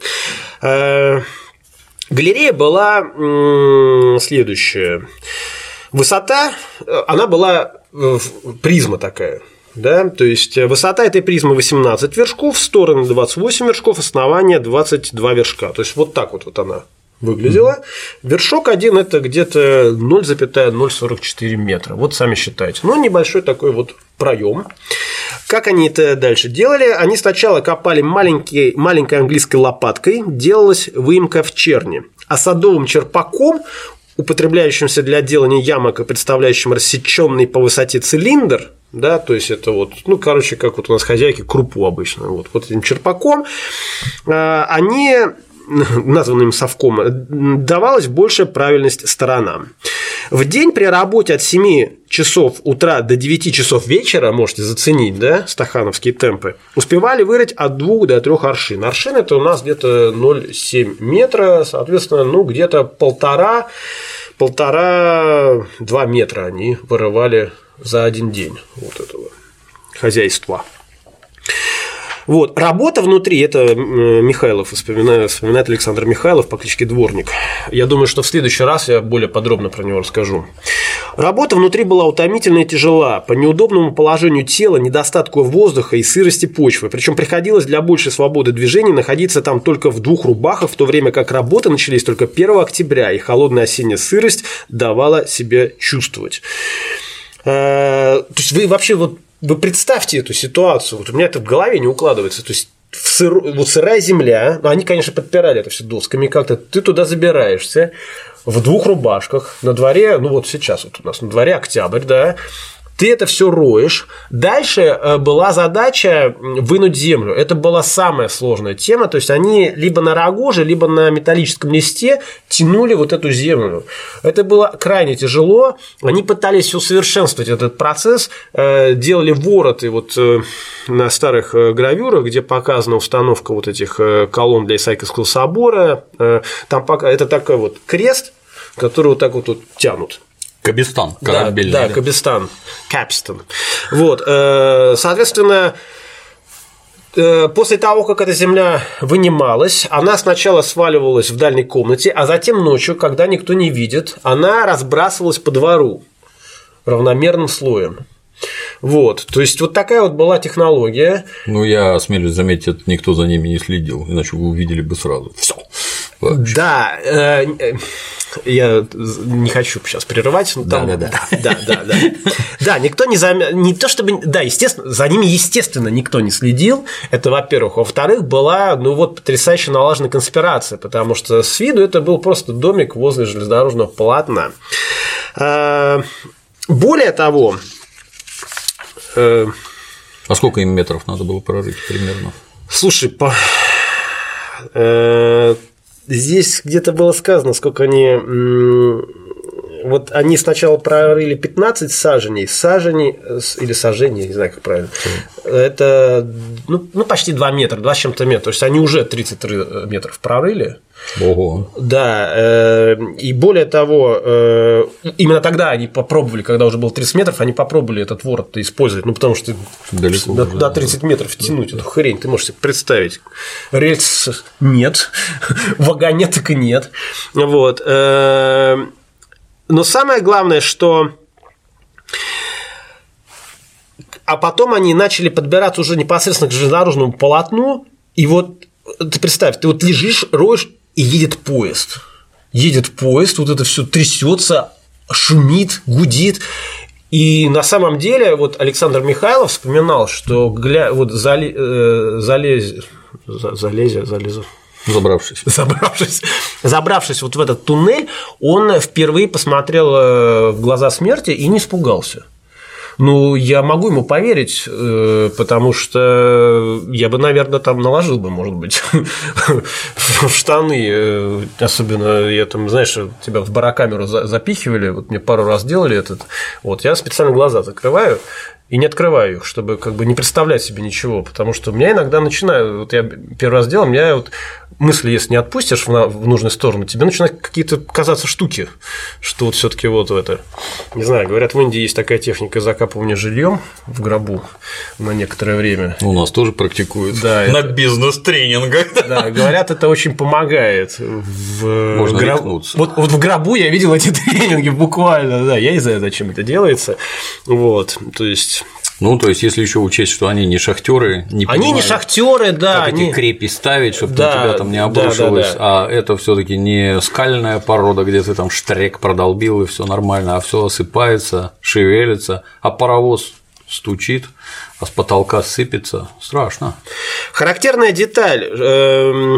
Галерея была следующая. Высота, она была призма такая. Да? То есть высота этой призмы 18 вершков, стороны 28 вершков, основание 22 вершка. То есть вот так вот она выглядела. Вершок один – это где-то 0,044 метра. Вот сами считайте. Ну, небольшой такой вот проем. Как они это дальше делали? Они сначала копали маленькой английской лопаткой, делалась выемка в черне. А садовым черпаком, употребляющимся для делания ямок и представляющим рассеченный по высоте цилиндр, да, то есть это вот, короче, как вот у нас хозяйки крупу обычно, вот этим черпаком, они, названным совком, давалась большая правильность сторонам. В день при работе от 7 часов утра до 9 часов вечера, можете заценить, да, стахановские темпы, успевали вырыть от 2 до 3 аршин. Аршин – это у нас где-то 0,7 метра, соответственно, где-то 1,5–2 метра они вырывали за один день вот этого хозяйства. Вот. Работа внутри, это Михайлов вспоминает Александр Михайлов по кличке Дворник. Я думаю, что в следующий раз я более подробно про него расскажу. Работа внутри была утомительна и тяжела по неудобному положению тела, недостатку воздуха и сырости почвы. Причем приходилось для большей свободы движений находиться там только в 2 рубахах, в то время как работы начались только 1 октября, и холодная осенняя сырость давала себя чувствовать. То есть вы вообще вы представьте эту ситуацию, вот у меня это в голове не укладывается, то есть сырая земля, они, конечно, подпирали это все досками как-то, ты туда забираешься в 2 рубашках, на дворе, вот сейчас вот у нас на дворе октябрь, да, ты это все роешь. Дальше была задача вынуть землю. Это была самая сложная тема. То есть они либо на рогоже, либо на металлическом листе тянули вот эту землю. Это было крайне тяжело. Они пытались усовершенствовать этот процесс, делали вороты вот на старых гравюрах, где показана установка вот этих колонн для Исаакиевского собора. Там это такой вот крест, который вот так вот тянут. Кабестан, корабельный. Да, Кабестан, Капстон. Вот, соответственно, после того, как эта земля вынималась, она сначала сваливалась в дальней комнате, а затем ночью, когда никто не видит, она разбрасывалась по двору равномерным слоем. Вот, то есть вот такая вот была технология. Ну, я осмелюсь заметить, это никто за ними не следил, иначе вы увидели бы сразу. Все. Да, я не хочу сейчас прерывать. Да. Да, никто не то чтобы, да, естественно, за ними, естественно, никто не следил. Это, во-первых. Во-вторых, была, потрясающе налажена конспирация, потому что с виду это был просто домик возле железнодорожного полотна. Более того. А сколько им метров надо было прорыть примерно? Слушай, здесь где-то было сказано, сколько они. Вот они сначала прорыли 15 саженей или сажений, не знаю, как правильно. Это почти 2 метра, 2 с чем-то метра. То есть они уже 33 метров прорыли. Ого. Да, и более того, именно тогда они попробовали, когда уже было 30 метров, они попробовали этот ворот использовать, потому что далеко до 30 метров тянуть эту хрень, ты можешь себе представить. Рельс нет, вагонеток нет. Вот. Но самое главное, что. А потом они начали подбираться уже непосредственно к железнодорожному полотну, и вот ты представь, ты вот лежишь, роешь, и едет поезд. Вот это все трясется, шумит, гудит. И на самом деле вот Александр Михайлов вспоминал, что вот Забравшись вот в этот туннель, он впервые посмотрел в глаза смерти и не испугался. Я могу ему поверить, потому что я бы, наверное, там наложил бы, может быть, в штаны. Особенно, я там, знаешь, тебя в барокамеру запихивали, вот мне пару раз делали этот. Вот я специально глаза закрываю и не открываю их, чтобы как бы не представлять себе ничего, потому что у меня иногда начинаю, вот я первый раз делал, у меня вот мысли, если не отпустишь в нужную сторону, тебе начинают какие-то казаться штуки, что вот все-таки вот это, не знаю, говорят, в Индии есть такая техника закапывания жильем в гробу на некоторое время. У нас тоже практикуют, да, на бизнес-тренингах. Да, говорят, это очень помогает. Можно рехнуться. Вот в гробу я видел эти тренинги буквально, да, я не знаю, зачем это делается, вот, то есть. То есть, если еще учесть, что они не шахтеры, они не шахтеры, да. Как эти крепи ставить, чтобы на тебя там не обрушилось, а это все-таки не скальная порода, где ты там штрек продолбил и все нормально, а все осыпается, шевелится, а паровоз стучит, а с потолка сыпется. Страшно. Характерная деталь.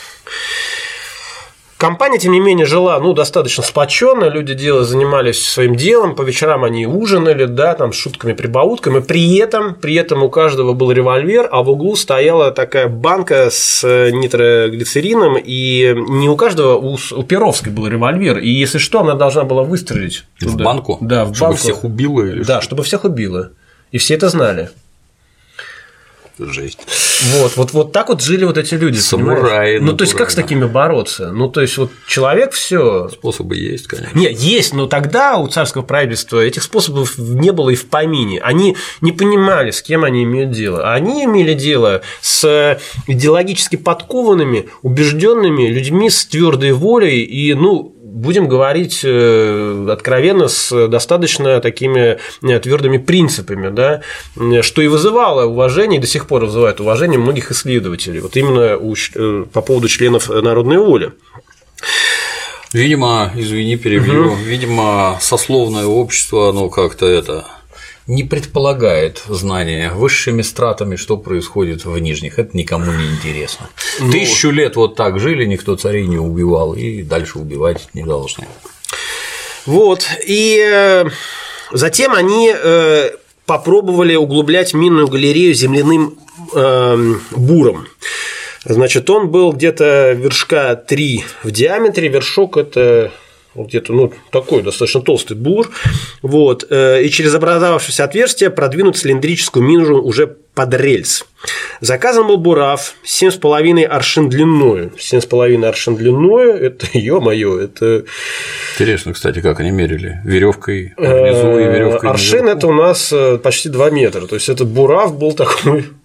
Компания, тем не менее, жила достаточно сплоченно, люди занимались своим делом, по вечерам они ужинали, да, там, с шутками, прибаутками, при этом у каждого был револьвер, а в углу стояла такая банка с нитроглицерином, и не у каждого, у Перовской был револьвер, и если что, она должна была выстрелить. В банку? Да, в банку. Чтобы всех убило? Или да, чтобы всех убило, и все это знали. Жесть. Вот так вот жили вот эти люди. Самураи. То есть, как с такими бороться? То есть, вот человек все. Способы есть, конечно. Нет, есть, но тогда у царского правительства этих способов не было и в помине. Они не понимали, с кем они имеют дело. Они имели дело с идеологически подкованными, убежденными людьми с твердой волей и, будем говорить откровенно, с достаточно такими твердыми принципами, да, что и вызывало уважение, и до сих пор вызывает уважение многих исследователей, вот именно по поводу членов народной воли. Видимо, извини, перебью, видимо, сословное общество, оно как-то не предполагает знания высшими стратами, что происходит в нижних. Это никому не интересно. 1000 лет вот так жили, никто царей не убивал, и дальше убивать не должны. Вот. И затем они попробовали углублять минную галерею земляным буром. Значит, он был где-то вершка 3 в диаметре, вершок – это где-то такой достаточно толстый бур, вот, и через образовавшееся отверстие продвинуть цилиндрическую мину уже под рельс. Заказан был бурав 7,5 аршин длиною. 7,5 аршин длиною – это, ё-моё, это… Интересно, кстати, как они мерили? Веревкой внизу и веревкой аршин – это у нас почти 2 метра. То есть, этот бурав был такой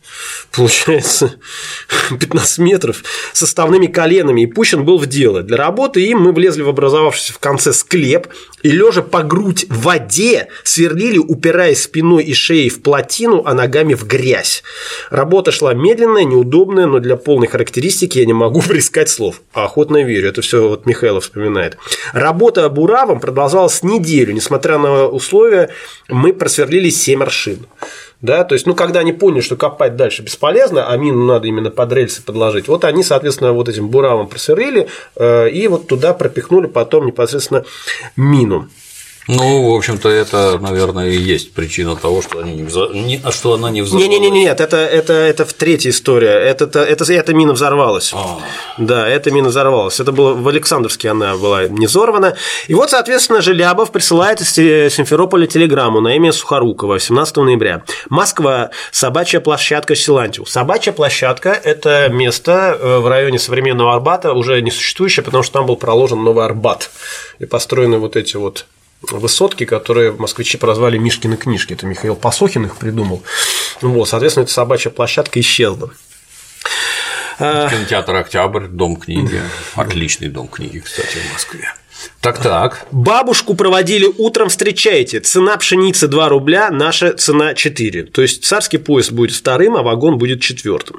получается, 15 метров, составными коленами, и пущен был в дело. Для работы им мы влезли в образовавшийся в конце склеп и, лежа по грудь в воде, сверлили, упираясь спиной и шеей в плотину, а ногами в грязь. Работа шла медленная, неудобная, но для полной характеристики я не могу прискать слов. Охотно верю, это все вот Михайлов вспоминает. Работа буравом продолжалась неделю, несмотря на условия, мы просверлили 7 аршин. Да, то есть, когда они поняли, что копать дальше бесполезно, а мину надо именно под рельсы подложить, вот они, соответственно, вот этим буравом просверлили и вот туда пропихнули потом непосредственно мину. Ну, в общем-то, это, наверное, и есть причина того, что, она не взорвалась. Нет, это в третья история. Это мина взорвалась. Да, эта мина взорвалась. Это было в Александровске, она была не взорвана. И вот, соответственно, Желябов присылает из Симферополя телеграмму на имя Сухорукова 17 ноября. Москва. Собачья площадка Силантьев. Собачья площадка – это место в районе современного Арбата, уже не существующее, потому что там был проложен новый Арбат. И построены вот эти вот высотки, которые москвичи прозвали Мишкины книжки. Это Михаил Пасохин их придумал. Вот, соответственно, эта собачья площадка исчезла. Кинотеатр «Октябрь», дом книги. Отличный дом книги, кстати, в Москве. Так. Бабушку проводили утром, встречаете. Цена пшеницы 2 рубля, наша цена 4. То есть царский поезд будет 2-м, а вагон будет 4-м.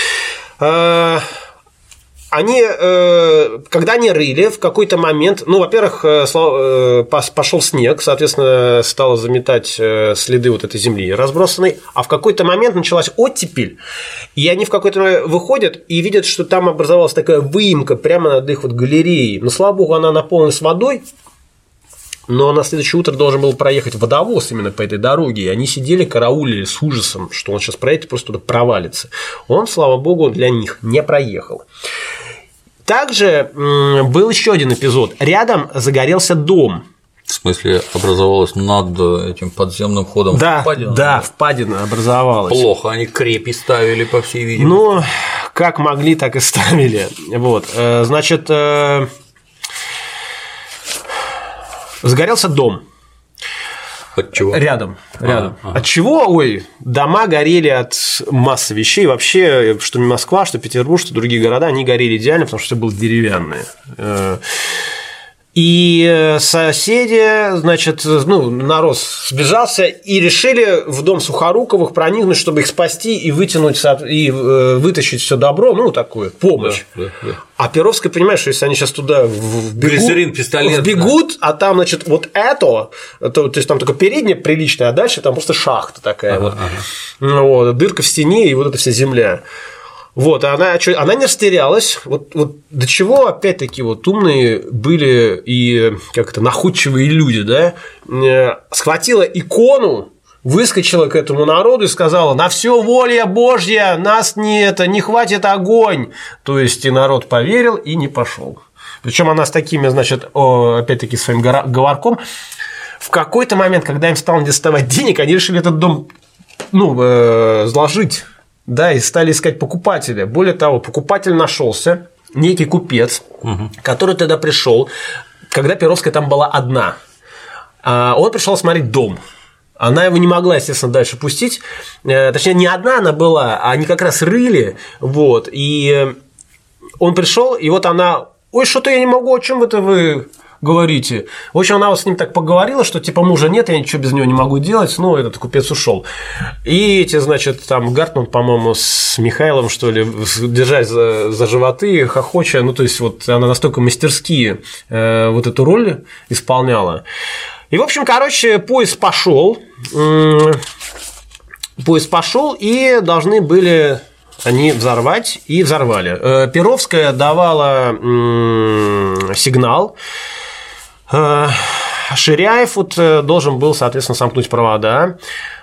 Они, когда они рыли, в какой-то момент, во-первых, пошел снег, соответственно, стало заметать следы вот этой земли разбросанной, а в какой-то момент началась оттепель, и они в какой-то момент выходят и видят, что там образовалась такая выемка прямо над их вот галереей. Но, слава богу, она наполнилась водой. Но на следующее утро должен был проехать водовоз именно по этой дороге, и они сидели, караулили с ужасом, что он сейчас проедет и просто туда провалится. Он, слава богу, для них не проехал. Также был еще один эпизод. Рядом загорелся дом. В смысле, образовалась над этим подземным ходом впадина? Да, впадина образовалась. Плохо, они крепи ставили, по всей видимости. Ну, как могли, так и ставили. Вот, значит, загорелся дом. От чего? Рядом. От чего? Ой, дома горели от массы вещей. Вообще, что Москва, что Петербург, что другие города, они горели идеально, потому что все было деревянное. И соседи, значит, народ сбежался и решили в дом Сухоруковых проникнуть, чтобы их спасти и вытянуть и вытащить все добро, такую помощь. Да. А Перовская понимает, что если они сейчас туда вбегут, а там, значит, вот это, то есть там только передняя приличная, а дальше там просто шахта такая вот, дырка в стене и вот эта вся земля. Вот, она не растерялась. Вот до чего, опять-таки, вот умные были и как-то находчивые люди, да? Схватила икону, выскочила к этому народу и сказала: на все воля Божья, нас не хватит огонь. То есть и народ поверил и не пошел. Причем она с такими, значит, опять-таки своим говорком. В какой-то момент, когда им стало не доставать денег, они решили этот дом сложить. Да, и стали искать покупателя. Более того, покупатель нашелся, некий купец, который тогда пришел, когда Перовская там была одна. Он пришел смотреть дом. Она его не могла, естественно, дальше пустить. Точнее, не одна она была, а они как раз рыли. Вот, и он пришел, и вот она: ой, что-то я не могу, о чем это вы говорите? В общем, она вот с ним так поговорила, что типа мужа нет, я ничего без него не могу делать. Этот купец ушел. И эти, значит, там Гартман, по-моему, с Михайлом, что ли, держась за животы, хохоча. То есть, вот она настолько мастерски вот эту роль исполняла. И, в общем, поезд пошел. И должны были они взорвать, и взорвали. Перовская давала сигнал. Ширяев должен был, соответственно, сомкнуть провода.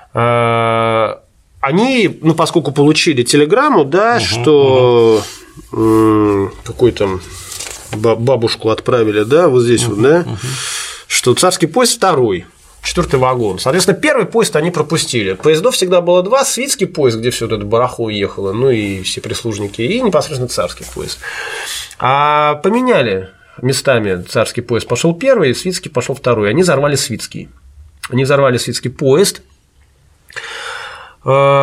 Они, поскольку получили телеграмму, да, что какую-то бабушку отправили, да, вот здесь вот, да, что царский поезд 2-й, 4-й вагон. Соответственно, 1-й поезд они пропустили. Поездов всегда было 2: Свитский поезд, где все это барахло ехало, и все прислужники, и непосредственно царский поезд. А поменяли местами. Царский поезд пошел 1-й, Свитский пошел 2-й. Они взорвали Свитский. Свитский поезд.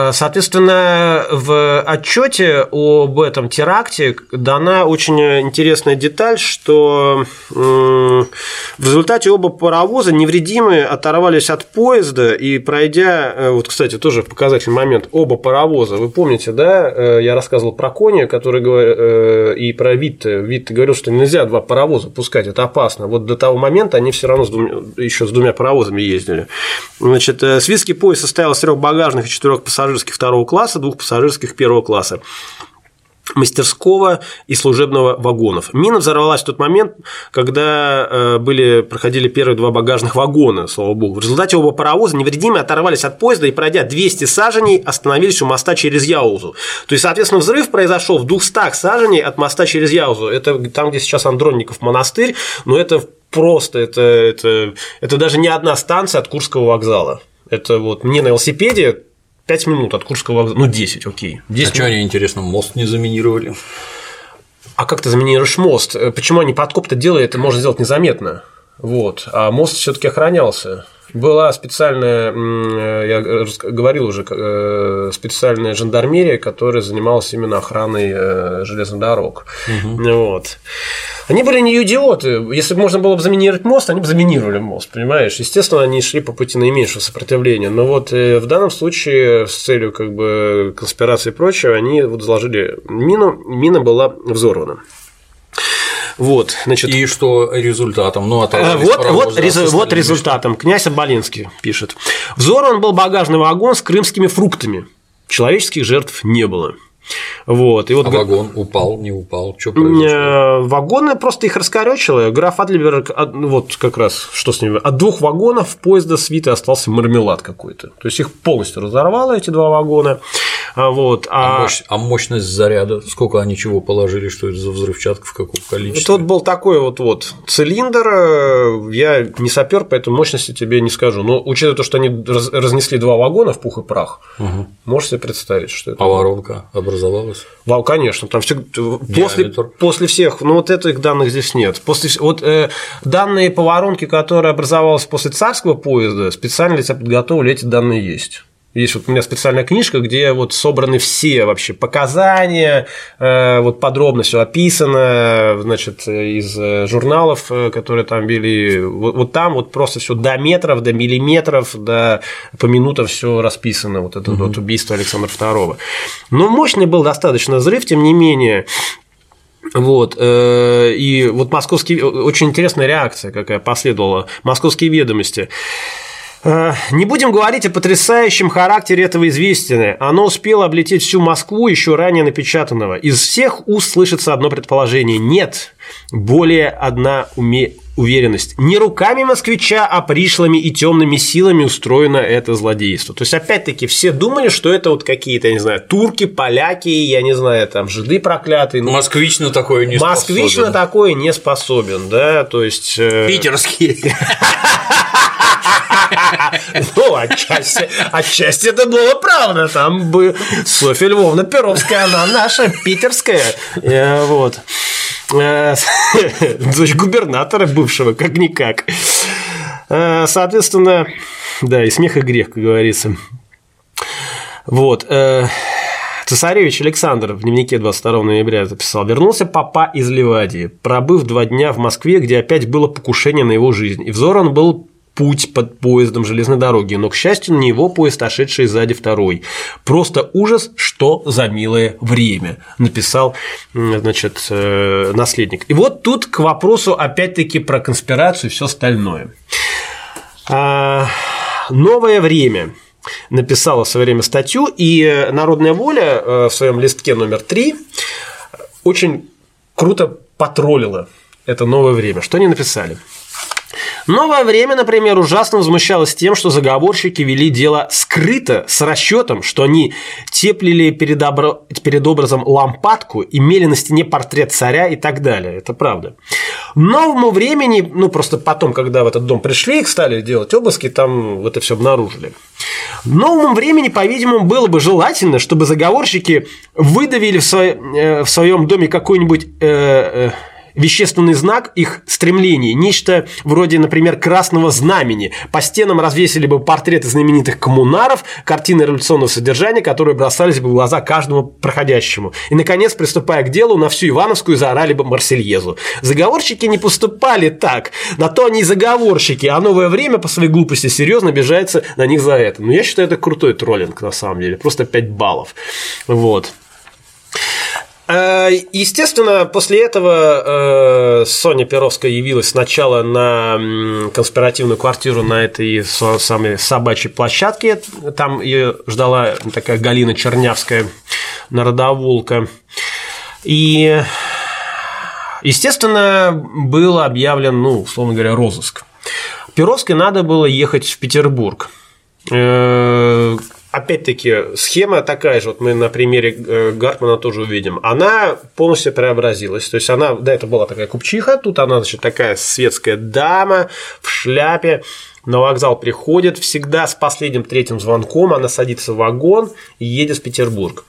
Соответственно, в отчете об этом теракте дана очень интересная деталь, что в результате оба паровоза невредимые оторвались от поезда и, пройдя, вот, кстати, тоже показательный момент, оба паровоза, вы помните, да, я рассказывал про Кони, который и про Витте. Витте говорил, что нельзя два паровоза пускать, это опасно. Вот до того момента они все равно еще с двумя паровозами ездили. Значит, Свистский поезд состоял из 3 багажных и 4 пассажирских 2 класса, 2 пассажирских 1 класса, мастерского и служебного вагонов. Мина взорвалась в тот момент, когда проходили первые 2 багажных вагона, слава богу. В результате оба паровоза невредимые оторвались от поезда и, пройдя 200 саженей, остановились у моста через Яузу. То есть, соответственно, взрыв произошел в 200 саженей от моста через Яузу. Это там, где сейчас Андронников монастырь, но это просто, это даже не одна станция от Курского вокзала. Это вот мне на велосипеде 5 минут от Курского вокзала, ну 10, окей. 10 что они, интересно, мост не заминировали? А как ты заминируешь мост? Почему они подкоп-то делают, это можно сделать незаметно. Вот. А мост все-таки охранялся. Была специальная, я говорил уже, специальная жандармерия, которая занималась именно охраной железных дорог. Угу. Вот. Они были не идиоты. Если бы можно было бы заминировать мост, они бы заминировали мост, понимаешь? Естественно, они шли по пути наименьшего сопротивления. Но вот в данном случае с целью как бы конспирации и прочего они вот заложили мину, мина была взорвана. Вот, значит, и что результатом? Ну, вот результатом. Князь Оболенский пишет. Взорван был багажный вагон с крымскими фруктами. Человеческих жертв не было. Вот. И вот вагон упал, не упал, что произошло? Вагоны просто их раскорёчило. Граф Адлерберг, вот как раз что с ними, от 2 вагонов поезда свиты остался мармелад какой-то. То есть их полностью разорвало, эти 2 вагона. Вот. А мощность заряда, сколько они чего положили, что это за взрывчатка, в каком количестве? Тут был такой вот цилиндр, я не сапер, поэтому мощности тебе не скажу. Но учитывая то, что они разнесли 2 вагона в пух и прах, можешь себе представить, что это. А воронка образовалась? Конечно, там все после всех, но вот этих данных здесь нет. Данные по воронке, которые образовалась после царского поезда, специально для тебя подготовили, эти данные есть. Есть вот у меня специальная книжка, где вот собраны все вообще показания, вот подробно все описано, значит, из журналов, которые там вели. Вот там вот просто все до метров, до миллиметров, по минутам все расписано. Вот это вот убийство Александра II. Но мощный был достаточно взрыв, тем не менее. Вот, и вот московские, очень интересная реакция, какая последовала. Московские ведомости. Не будем говорить о потрясающем характере этого известия. Оно успело облететь всю Москву еще ранее напечатанного. Из всех уст слышится одно предположение. Нет, более одна уверенность. Не руками москвича, а пришлыми и темными силами устроено это злодейство. То есть, опять-таки, все думали, что это вот какие-то, я не знаю, турки, поляки, я не знаю, там, жиды проклятые. Москвич на такое не способен. Москвич на такое не способен, да, то есть… Питерские. Ну, отчасти это было правда. Там бы Софья Львовна Перовская, она наша, питерская. Вот. Дочь губернатора бывшего, как-никак. Соответственно, да, и смех, и грех, как говорится. Вот. Цесаревич Александр в дневнике 22 ноября записал: вернулся папа из Ливадии, пробыв 2 дня в Москве, где опять было покушение на его жизнь. И взорван был путь под поездом железной дороги, но, к счастью, не его поезд, а шедший сзади второй. Просто ужас, что за милое время, написал, значит, наследник. И вот тут к вопросу, опять-таки, про конспирацию и все остальное. «Новое время» написала в свое время статью, и «Народная воля» в своем листке номер 3 очень круто потроллила это «Новое время». Что они написали? Новое время, например, ужасно возмущалось тем, что заговорщики вели дело скрыто, с расчетом, что они теплили перед образом лампадку, имели на стене портрет царя и так далее. Это правда. Новому времени, просто потом, когда в этот дом пришли, стали делать обыски, там это все обнаружили. Новому времени, по-видимому, было бы желательно, чтобы заговорщики выдавили в своем доме какой-нибудь вещественный знак их стремлений, нечто вроде, например, красного знамени. По стенам развесили бы портреты знаменитых коммунаров, картины революционного содержания, которые бросались бы в глаза каждому проходящему. И, наконец, приступая к делу, на всю Ивановскую заорали бы Марсельезу. Заговорщики не поступали так. На то они и заговорщики, а новое время по своей глупости серьезно обижается на них за это. Но я считаю, это крутой троллинг, на самом деле. Просто 5 баллов. Вот. Естественно, после этого Соня Перовская явилась сначала на конспиративную квартиру на этой самой собачьей площадке. Там ее ждала такая Галина Чернявская, народоволка. И, естественно, был объявлен, условно говоря, розыск. Перовской надо было ехать в Петербург. Опять-таки, схема такая же, вот мы на примере Гартмана тоже увидим. Она полностью преобразилась. То есть, она до этого была такая купчиха, тут она, значит, такая светская дама в шляпе. На вокзал приходит всегда с последним 3-м звонком, она садится в вагон и едет в Петербург.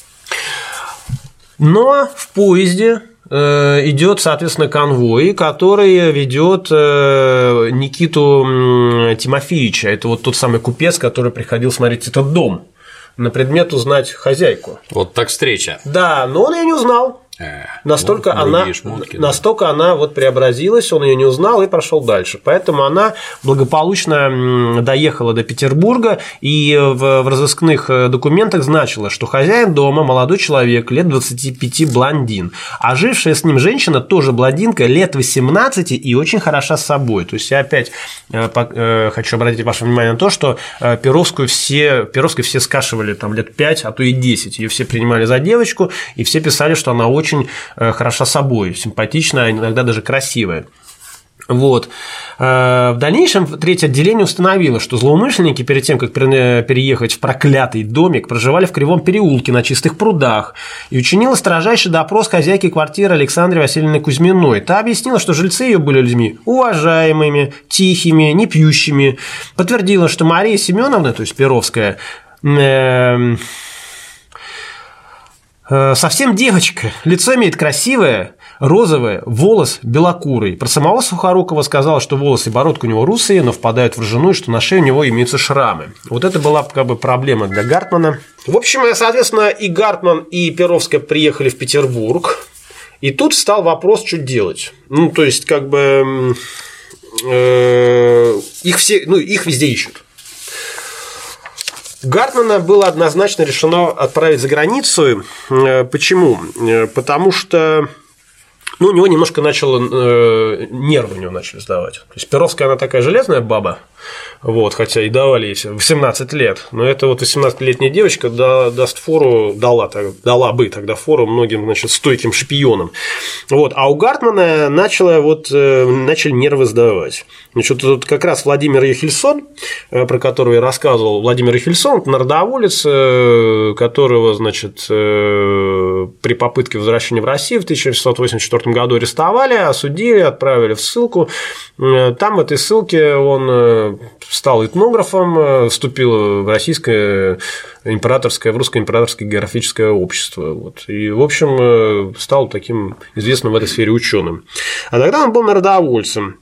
Но в поезде идет, соответственно, конвой, который ведет Никиту Тимофеевича. Это вот тот самый купец, который приходил смотреть этот дом на предмет узнать хозяйку. Вот так встреча. Да, но он ее не узнал. Настолько она вот преобразилась, он ее не узнал и прошел дальше. Поэтому она благополучно доехала до Петербурга, и в разыскных документах значило, что хозяин дома молодой человек лет 25, блондин, а жившая с ним женщина тоже блондинка лет 18 и очень хороша с собой. То есть я опять хочу обратить ваше внимание на то, что Перовской все скашивали там лет 5, а то и 10. Ее все принимали за девочку, и все писали, что она очень хороша собой, симпатичная, иногда даже красивая. Вот. В дальнейшем третье отделение установило, что злоумышленники перед тем, как переехать в проклятый домик, проживали в Кривом переулке на Чистых прудах, и учинила строжайший допрос хозяйки квартиры Александры Васильевны Кузьминой. Та объяснила, что жильцы ее были людьми уважаемыми, тихими, не пьющими. Подтвердила, что Мария Семеновна, то есть Перовская, совсем девочка, лицо имеет красивое, розовое, волос белокурый. Про самого Сухорукова сказала, что волосы и бородка у него русые, но впадают в ржану, и что на шее у него имеются шрамы. Вот это была как бы проблема для Гартмана. В общем, соответственно, и Гартман, и Перовская приехали в Петербург, и тут встал вопрос, что делать. То есть, как бы их везде ищут. Гартмана было однозначно решено отправить за границу. Почему? Потому что у него немножко нервы у него начали сдавать. То есть Перовская, она такая железная баба, вот, хотя и давали ей 18 лет, но эта вот 18-летняя девочка даст фору, дала бы тогда фору многим, значит, стойким шпионам. Вот, а у Гартмана начали нервы сдавать. Значит, тут как раз Владимир Ехельсон, про которого я рассказывал, Владимир Ехельсон, народоволец, которого, значит, при попытке возвращения в Россию в 1684 году арестовали, осудили, отправили в ссылку. Там в этой ссылке он стал этнографом, вступил в русское императорское географическое общество. Вот. И, в общем, стал таким известным в этой сфере ученым. А тогда он был народовольцем.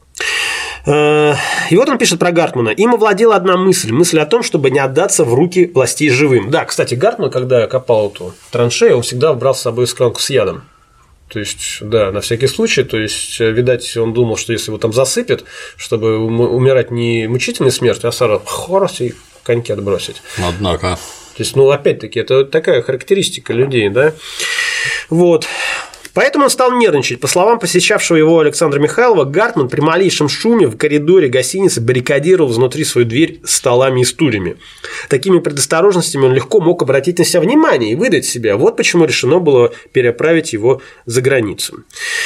И вот он пишет про Гартмана. Им овладела одна мысль о том, чтобы не отдаться в руки властей живым. Да, кстати, Гартман, когда копал эту траншею, он всегда брал с собой склянку с ядом. То есть, да, на всякий случай, то есть, видать, он думал, что если его там засыпят, чтобы умирать не мучительной смертью, а сразу хорос и коньки отбросить. Однако. То есть, опять-таки, это такая характеристика людей, да. Вот. Поэтому он стал нервничать. По словам посещавшего его Александра Михайлова, Гартман при малейшем шуме в коридоре гостиницы баррикадировал внутри свою дверь столами и стульями. Такими предосторожностями он легко мог обратить на себя внимание и выдать себя. Вот почему решено было переправить его за границу.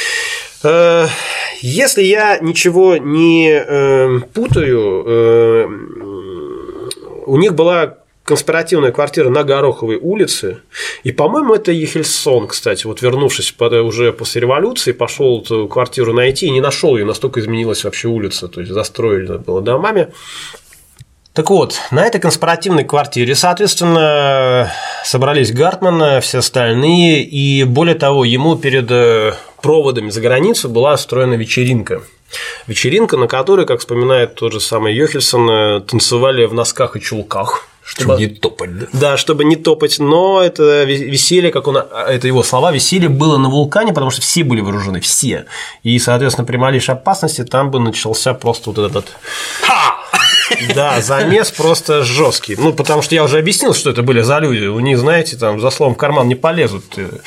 Если я ничего не путаю, у них была конспиративная квартира на Гороховой улице, и, по-моему, это Ехельсон, кстати, вот вернувшись уже после революции, пошел эту квартиру найти и не нашел ее, настолько изменилась вообще улица, то есть застроили было домами. Так вот, на этой конспиративной квартире, соответственно, собрались Гартман, все остальные, и более того, ему перед проводами за границу была устроена вечеринка. Вечеринка, на которой, как вспоминает тот же самый Йохельсон, танцевали в носках и чулках. Чтобы не топать, да? Да, чтобы не топать, но это веселье, это его слова, веселье было на вулкане, потому что все были вооружены, все. И, соответственно, при малейшей опасности там бы начался просто вот этот… Да, замес просто жесткий. Ну, потому что я уже объяснил, что это были за люди. У них, знаете, там за словом в карман не полезут.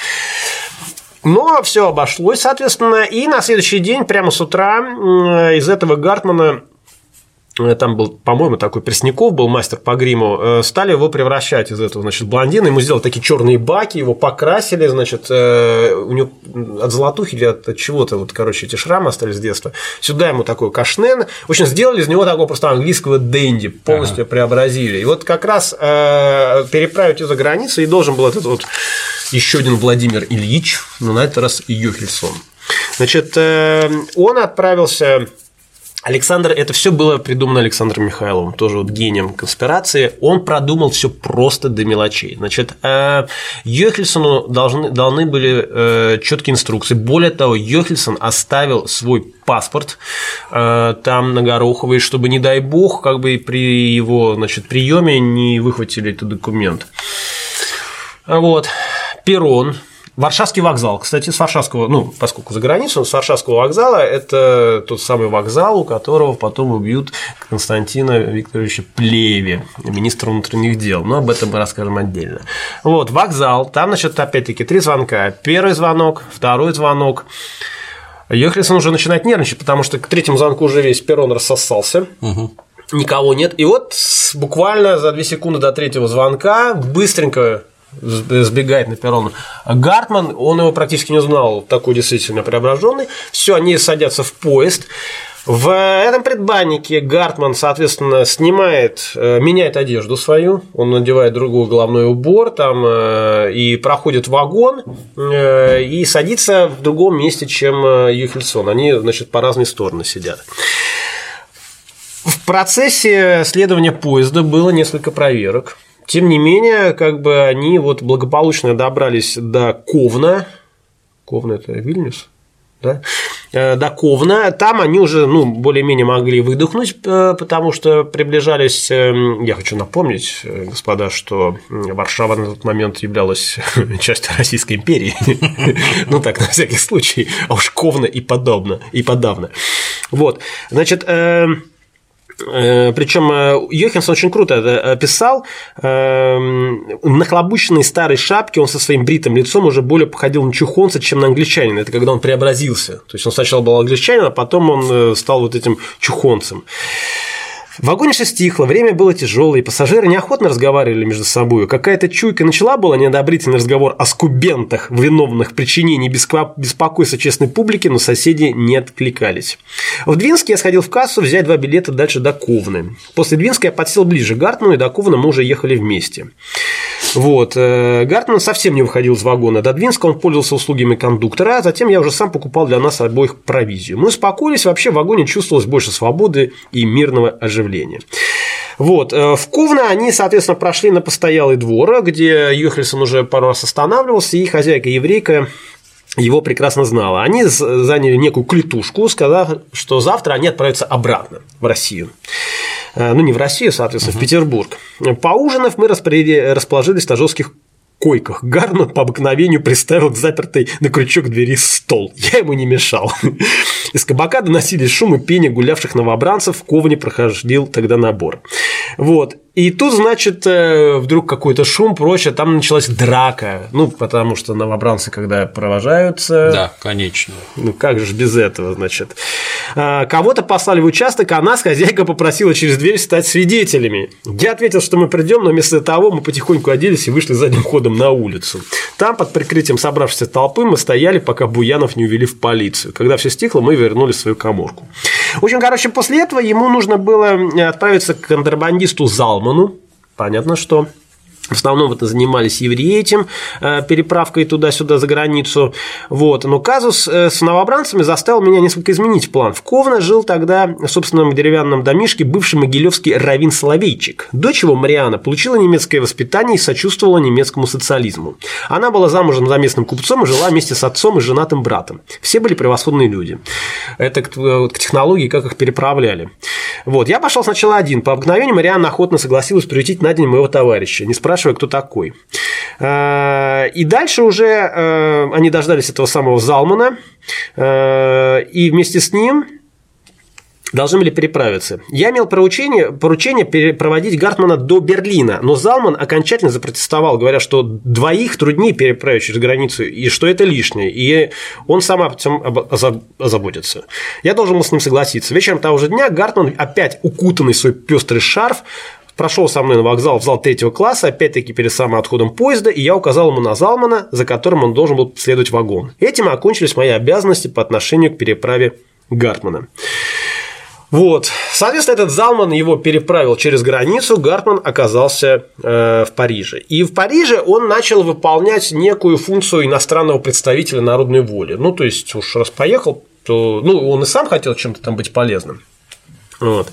Но все обошлось, соответственно. И на следующий день, прямо с утра, из этого Гартмана, там был, по-моему, такой Пресняков был, мастер по гриму, стали его превращать из этого, значит, блондина, ему сделали такие черные баки, его покрасили, значит, у него от золотухи или от чего-то, вот, короче, эти шрамы остались с детства, сюда ему такой кашнен, в общем, сделали из него такого просто английского денди, полностью преобразили, и вот как раз переправить его за границу и должен был этот вот еще один Владимир Ильич, но на этот раз Йохельсон. Значит, он отправился… Александр, это все было придумано Александром Михайловым, тоже вот гением конспирации. Он продумал все просто до мелочей. Значит, Йохельсону должны были четкие инструкции. Более того, Йохельсон оставил свой паспорт там на Гороховой, чтобы, не дай бог, как бы при его, значит, приеме не выхватили этот документ. Вот. Перрон. Варшавский вокзал. Кстати, с Варшавского, ну, поскольку за границу, с Варшавского вокзала это тот самый вокзал, у которого потом убьют Константина Викторовича Плеве, министра внутренних дел. Но об этом мы расскажем отдельно. Вот, вокзал. Там, значит, опять-таки 3 звонка. Первый звонок, второй звонок. Йохельсон уже начинает нервничать, потому что к 3-му звонку уже весь перрон рассосался. Никого нет. И вот буквально за 2 секунды до 3-го звонка быстренько сбегает на перрон Гартман, он его практически не знал, такой действительно преображенный. Все, они садятся в поезд. В этом предбаннике Гартман, соответственно, меняет одежду свою, он надевает другой головной убор там, и проходит вагон и садится в другом месте, чем Йохельсон. Они, значит, по разные стороны сидят. В процессе следования поезда было несколько проверок. Тем не менее, как бы они вот благополучно добрались до Ковна. Ковна – это Вильнюс, да? До Ковна. Там они уже, ну, более-менее могли выдохнуть, потому что приближались. Я хочу напомнить, господа, что Варшава на тот момент являлась частью Российской империи. Ну так, на всякий случай. А уж Ковна и подавно. Вот, значит. Причем Йохельсон очень круто это описал. На нахлобученной старой шапке он со своим бритым лицом уже более походил на чухонца, чем на англичанина. Это когда он преобразился. То есть он сначала был англичанин, а потом он стал вот этим чухонцем. В вагоне все стихло, время было тяжелое, и пассажиры неохотно разговаривали между собой. Какая-то чуйка начала была неодобрительный разговор о скубентах, виновных в причинении беспокойства честной публике, но соседи не откликались. В Двинске я сходил в кассу взять 2 билета дальше до Ковны. После Двинска я подсел ближе к Гартману, и до Ковны мы уже ехали вместе. Вот. Гартман совсем не выходил из вагона. До Двинска он пользовался услугами кондуктора, а затем я уже сам покупал для нас обоих провизию. Мы успокоились, вообще в вагоне чувствовалось больше свободы и мирного оживления. Вот. В Ковно они, соответственно, прошли на постоялый двор, где Йохельсон уже пару раз останавливался, и хозяйка-еврейка его прекрасно знала. Они заняли некую клетушку, сказав, что завтра они отправятся обратно в Россию. Ну, не в Россию, соответственно, в Петербург. Поужинав, мы расположились на жестких койках. Гартман по обыкновению приставил к запертой на крючок двери стол. Я ему не мешал. Из кабака доносились шум и пение гулявших новобранцев. В Ковне проходил тогда набор. Вот. И тут, значит, вдруг какой-то шум, прочее, там началась драка. Ну, потому что новобранцы, когда провожаются… Да, конечно. Ну, как же без этого, значит. Кого-то послали в участок, а нас хозяйка попросила через дверь стать свидетелями. Я ответил, что мы придем, но вместо того мы потихоньку оделись и вышли задним ходом на улицу. Там, под прикрытием собравшейся толпы, мы стояли, пока Буянов не увели в полицию. Когда все стихло, мы вернулись в свою каморку. В общем, короче, после этого ему нужно было отправиться к контрабандисту Залману. Понятно, что. В основном это занимались евреи этим, переправкой туда-сюда за границу. Вот. Но казус с новобранцами заставил меня несколько изменить план. В Ковно жил тогда в собственном деревянном домишке бывший могилевский раввин Соловейчик. Дочь его, Мариана, получила немецкое воспитание и сочувствовала немецкому социализму. Она была замужем за местным купцом и жила вместе с отцом и женатым братом. Все были превосходные люди. Это к технологии, как их переправляли. Вот. Я пошел сначала один. По обыкновению Марианна охотно согласилась приютить на день моего товарища, не спрашивая, кто такой. И дальше уже они дождались этого самого Залмана, и вместе с ним должны были переправиться. Я имел поручение проводить Гартмана до Берлина, но Залман окончательно запротестовал, говоря, что двоих труднее переправить через границу, и что это лишнее, и он сам об этом озаботится. Я должен был с ним согласиться. Вечером того же дня Гартман, опять укутанный в свой пестрый шарф, прошел со мной на вокзал в зал 3 класса, опять-таки перед самым отходом поезда, и я указал ему на Залмана, за которым он должен был следовать в вагон. Этим окончились мои обязанности по отношению к переправе Гартмана. Вот. Соответственно, этот Залман его переправил через границу, Гартман оказался в Париже. И в Париже он начал выполнять некую функцию иностранного представителя народной воли. Ну, то есть, уж раз поехал, то он и сам хотел чем-то там быть полезным. Вот.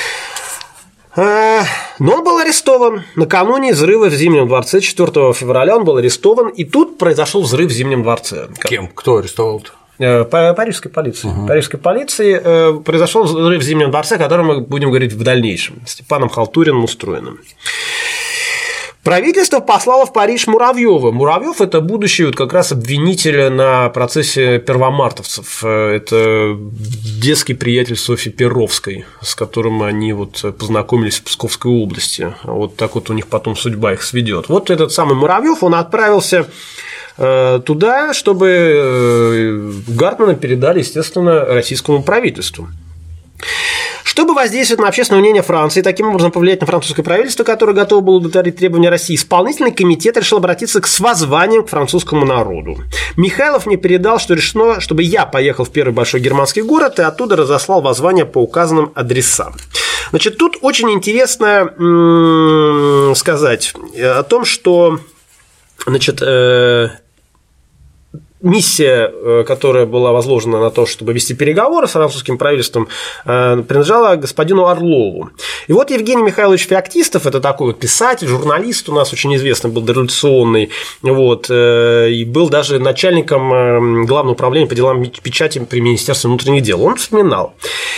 Но он был арестован. Накануне взрыва в Зимнем дворце 4 февраля он был арестован, и тут произошел взрыв в Зимнем дворце. Кем? Кто арестовал-то? Парижской полиции. Парижской полиции произошел взрыв в Зимнем дворце, о котором мы будем говорить в дальнейшем. Степаном Халтуриным устроенным. Правительство послало в Париж Муравьева. Муравьев – это будущий вот как раз обвинитель на процессе первомартовцев. Это детский приятель Софьи Перовской, с которым они вот познакомились в Псковской области. Вот так вот у них потом судьба их сведет. Вот этот самый Муравьев, он отправился туда, чтобы Гартмана передали, естественно, российскому правительству. Чтобы воздействовать на общественное мнение Франции и таким образом повлиять на французское правительство, которое готово было удовлетворить требования России, исполнительный комитет решил обратиться с воззванием к французскому народу. Михайлов мне передал, что решено, чтобы я поехал в первый большой германский город и оттуда разослал воззвание по указанным адресам. Значит, тут очень интересно сказать о том, что, значит, миссия, которая была возложена на то, чтобы вести переговоры с французским правительством, принадлежала господину Орлову. И вот Евгений Михайлович Феоктистов, это такой вот писатель, журналист у нас очень известный, был дореволюционный, вот, и был даже начальником Главного управления по делам печати при Министерстве внутренних дел. Он вспоминал.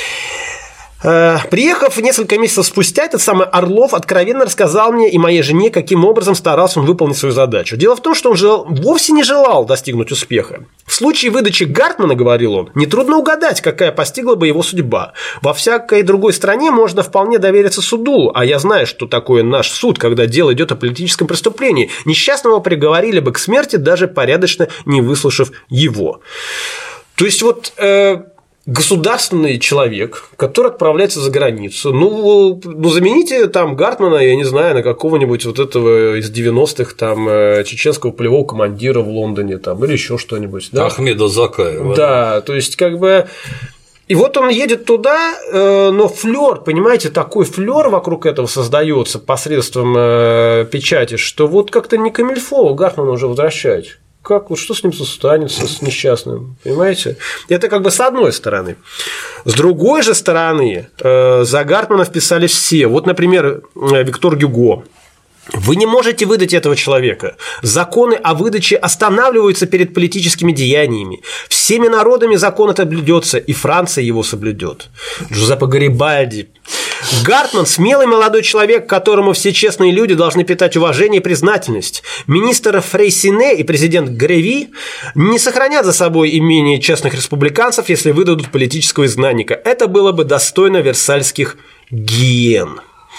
Приехав несколько месяцев спустя, этот самый Орлов откровенно рассказал мне и моей жене, каким образом старался он выполнить свою задачу. Дело в том, что он вовсе не желал достигнуть успеха. В случае выдачи Гартмана, говорил он, нетрудно угадать, какая постигла бы его судьба. Во всякой другой стране можно вполне довериться суду, а я знаю, что такое наш суд, когда дело идет о политическом преступлении. Несчастного приговорили бы к смерти, даже порядочно не выслушав его. То есть вот государственный человек, который отправляется за границу, замените там Гартмана, я не знаю, на какого-нибудь вот этого из 90-х там чеченского полевого командира в Лондоне там, или еще что-нибудь. Да? Ахмеда Закаева. Да, то есть как бы. И вот он едет туда, но флёр, понимаете, такой флёр вокруг этого создается посредством печати, что вот как-то не камильфо Гартмана уже возвращать. Как, вот что с ним станется, с несчастным, понимаете? Это как бы с одной стороны. С другой же стороны, за Гартмана вписали все. Вот, например, Виктор Гюго. Вы не можете выдать этого человека. Законы о выдаче останавливаются перед политическими деяниями. Всеми народами закон это блюдется, и Франция его соблюдет. Джузеппе Гарибальди. Гартман – смелый молодой человек, к которому все честные люди должны питать уважение и признательность. Министр Фрейсине и президент Греви не сохранят за собой имение честных республиканцев, если выдадут политического изгнанника. Это было бы достойно версальских гиен.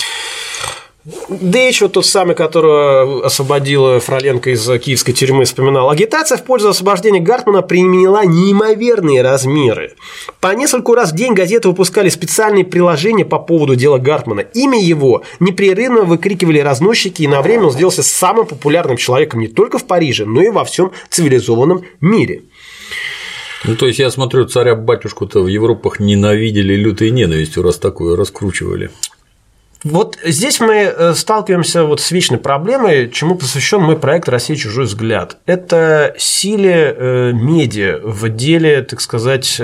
Дейч, вот тот самый, которого освободила Фроленко из киевской тюрьмы, вспоминал. Агитация в пользу освобождения Гартмана приняла неимоверные размеры. По нескольку раз в день газеты выпускали специальные приложения по поводу дела Гартмана. Имя его непрерывно выкрикивали разносчики, и на время он сделался самым популярным человеком не только в Париже, но и во всем цивилизованном мире. Ну, то есть, я смотрю, царя-батюшку-то в Европах ненавидели лютой ненавистью, раз такое раскручивали. Вот здесь мы сталкиваемся вот с вечной проблемой, чему посвящен мой проект «Россия. Чужой взгляд». Это силе медиа в деле, так сказать,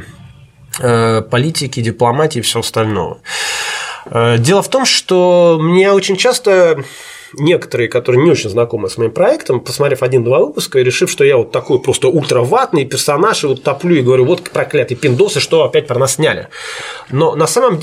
политики, дипломатии и всего остального. Дело в том, что мне очень часто некоторые, которые не очень знакомы с моим проектом, посмотрев 1-2 выпуска и решив, что я вот такой просто ультраватный персонаж, и вот топлю и говорю, вот проклятые пиндосы, что опять про нас сняли. Но на самом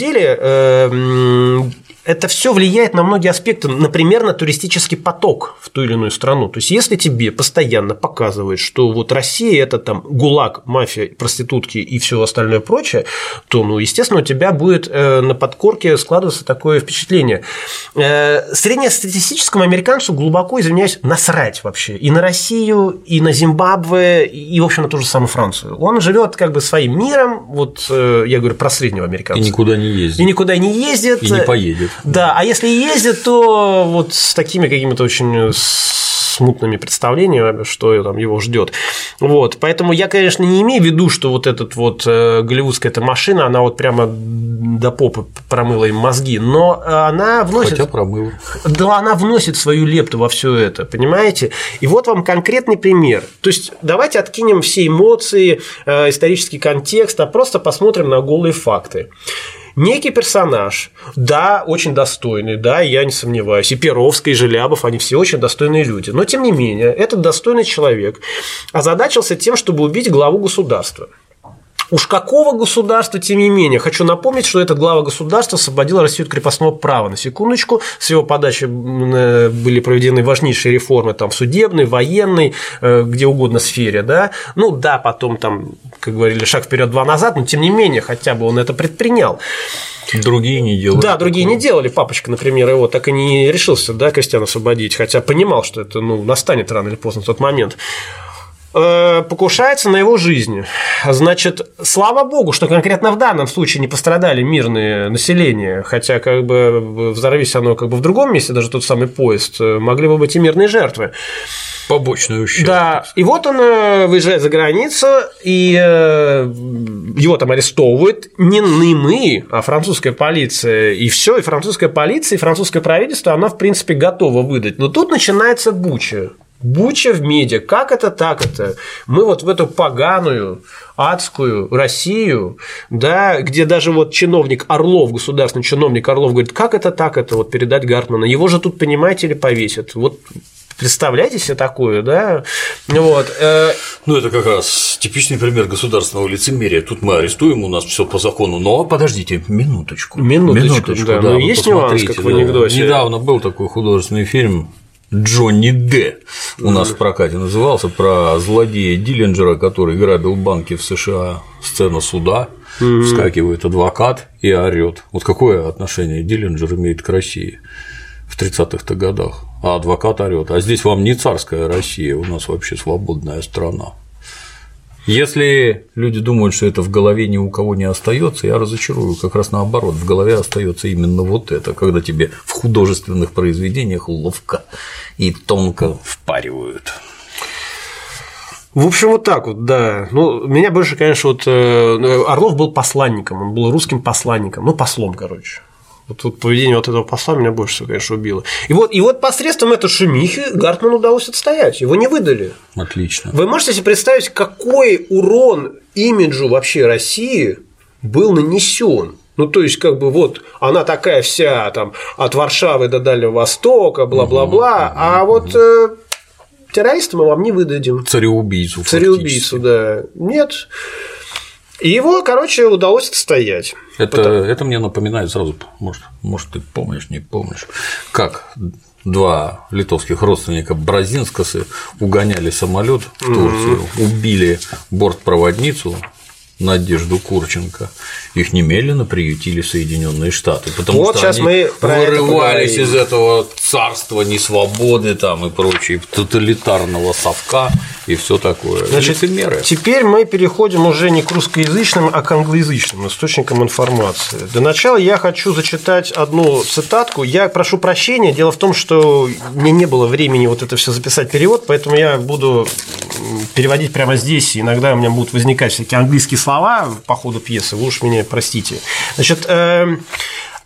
деле это все влияет на многие аспекты, например, на туристический поток в ту или иную страну. То есть, если тебе постоянно показывают, что вот Россия – это там ГУЛАГ, мафия, проститутки и все остальное прочее, то, ну, естественно, у тебя будет на подкорке складываться такое впечатление. Среднестатистическому американцу глубоко, извиняюсь, насрать вообще и на Россию, и на Зимбабве, и, в общем, на ту же самую Францию. Он живет как бы своим миром, вот я говорю про среднего американца. И никуда не ездит. И никуда не ездит. И не поедет. Да, а если ездит, то вот с такими какими-то очень смутными представлениями, что там его ждет. Вот. Поэтому я, конечно, не имею в виду, что вот эта вот голливудская эта машина, она вот прямо до попы промыла им мозги, но она вносит… Хотя промыла. Да, она вносит свою лепту во все это, понимаете? И вот вам конкретный пример. То есть, давайте откинем все эмоции, исторический контекст, а просто посмотрим на голые факты. Некий персонаж, да, очень достойный, да, я не сомневаюсь, и Перовский, и Желябов, они все очень достойные люди, но, тем не менее, этот достойный человек озадачился тем, чтобы убить главу государства. Уж какого государства, тем не менее, хочу напомнить, что этот глава государства освободил Россию от крепостного права. На секундочку, с его подачи были проведены важнейшие реформы там, в судебной, военной, где угодно сфере. Да? Ну да, потом, там, как говорили, шаг вперед, два назад, но тем не менее, хотя бы он это предпринял. Другие не делали. Да, другие не делали. Папочка, например, его так и не решился, да, крестьян освободить, хотя понимал, что это настанет рано или поздно в тот момент. Покушается на его жизнь. Значит, слава богу, что конкретно в данном случае не пострадали мирные население, хотя как бы взорвись оно как бы в другом месте, даже тот самый поезд, могли бы быть и мирные жертвы. Побочный ущерб. Да, и вот он выезжает за границу, и его там арестовывают не мы, а французская полиция, и все, и французская полиция, и французское правительство, оно, в принципе, готово выдать. Но тут начинается буча. Буча в медиа. Как это так это? Мы вот в эту поганую, адскую Россию, да, где даже вот чиновник Орлов, государственный чиновник Орлов говорит, как это так это вот передать Гартмана? Его же тут, понимаете ли, повесят. Вот представляете себе такое, да? Вот. Ну, это как раз типичный пример государственного лицемерия. Тут мы арестуем, у нас все по закону. Но подождите, минуточку. Минуточку, да. Ну, есть нюанс, как в анекдоте. Недавно был такой художественный фильм Джонни Д. у нас в прокате назывался, про злодея Диллинджера, который грабил банки в США. Сцена суда, вскакивает адвокат и орёт. Вот какое отношение Диллинджер имеет к России в 30-х годах? А адвокат орёт. А здесь вам не царская Россия, у нас вообще свободная страна. Если люди думают, что это в голове ни у кого не остается, я разочарую, как раз наоборот, в голове остается именно вот это, когда тебе в художественных произведениях ловко и тонко впаривают. В общем, вот так вот, да. Ну, меня больше, конечно, вот Орлов был посланником, он был русским посланником, ну, послом, короче. Вот поведение вот этого посла меня больше всего, конечно, убило. И вот посредством этой шумихи Гартману удалось отстоять, его не выдали. Отлично. Вы можете себе представить, какой урон имиджу вообще России был нанесен? Ну, то есть, как бы вот она такая вся там от Варшавы до Дальнего Востока, бла-бла-бла, а вот террориста мы вам не выдадим. Цареубийцу. Цареубийцу, да. Нет. И его, короче, удалось отстоять. Это мне напоминает сразу, может, ты помнишь, не помнишь, как два литовских родственника Бразинскасы угоняли самолет в Турцию, убили бортпроводницу Надежду Курченко, их немедленно приютили Соединенные Штаты, потому вот что они вырывались из этого царства несвободы там и прочее, тоталитарного совка и все такое. Значит, теперь мы переходим уже не к русскоязычным, а к англоязычным источникам информации. Для начала я хочу зачитать одну цитатку. Я прошу прощения, дело в том, что мне не было времени вот это все записать перевод, поэтому я буду переводить прямо здесь. Иногда у меня будут возникать всякие английские слова по ходу пьесы, вы уж меня простите. Значит,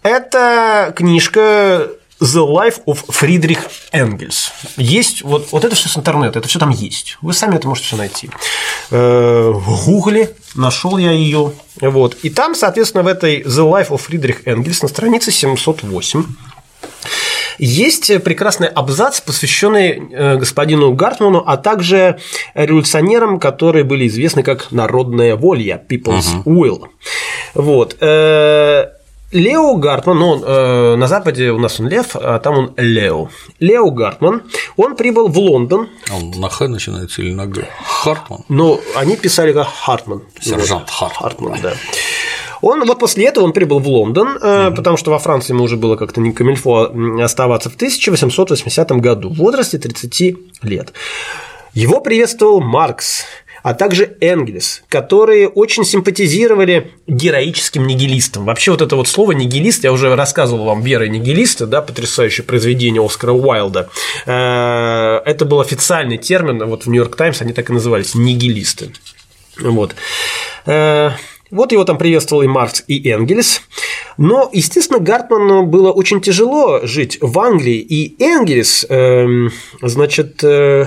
Это книжка «The Life of Friedrich Engels». Есть вот это все с интернета, это все там есть. Вы сами это можете все найти. В Гугле нашел я ее. Вот. И там, соответственно, в этой «The Life of Friedrich Engels» на странице 708 есть прекрасный абзац, посвященный господину Гартману, а также революционерам, которые были известны как «Народная воля» – «People's Will». Вот. Лео Гартман, ну, на Западе у нас он Лев, а там он Лео. Лео Гартман, он прибыл в Лондон. Он на Х начинается или на Г? Хартман? Ну, они писали как Хартман. Сержант Хартман, да. Он вот после этого он прибыл в Лондон, потому что во Франции ему уже было как-то не камильфо оставаться в 1880 году, в возрасте 30 лет. Его приветствовал Маркс, а также Энгельс, которые очень симпатизировали героическим нигилистам. Вообще вот это вот слово «нигилист», я уже рассказывал вам «Вера и нигилисты», да, потрясающее произведение Оскара Уайлда. Это был официальный термин, вот в «Нью-Йорк Таймс» они так и назывались – нигилисты. Вот. Вот его там приветствовал и Маркс, и Энгельс. Но, естественно, Гартману было очень тяжело жить в Англии, и Энгельс, значит,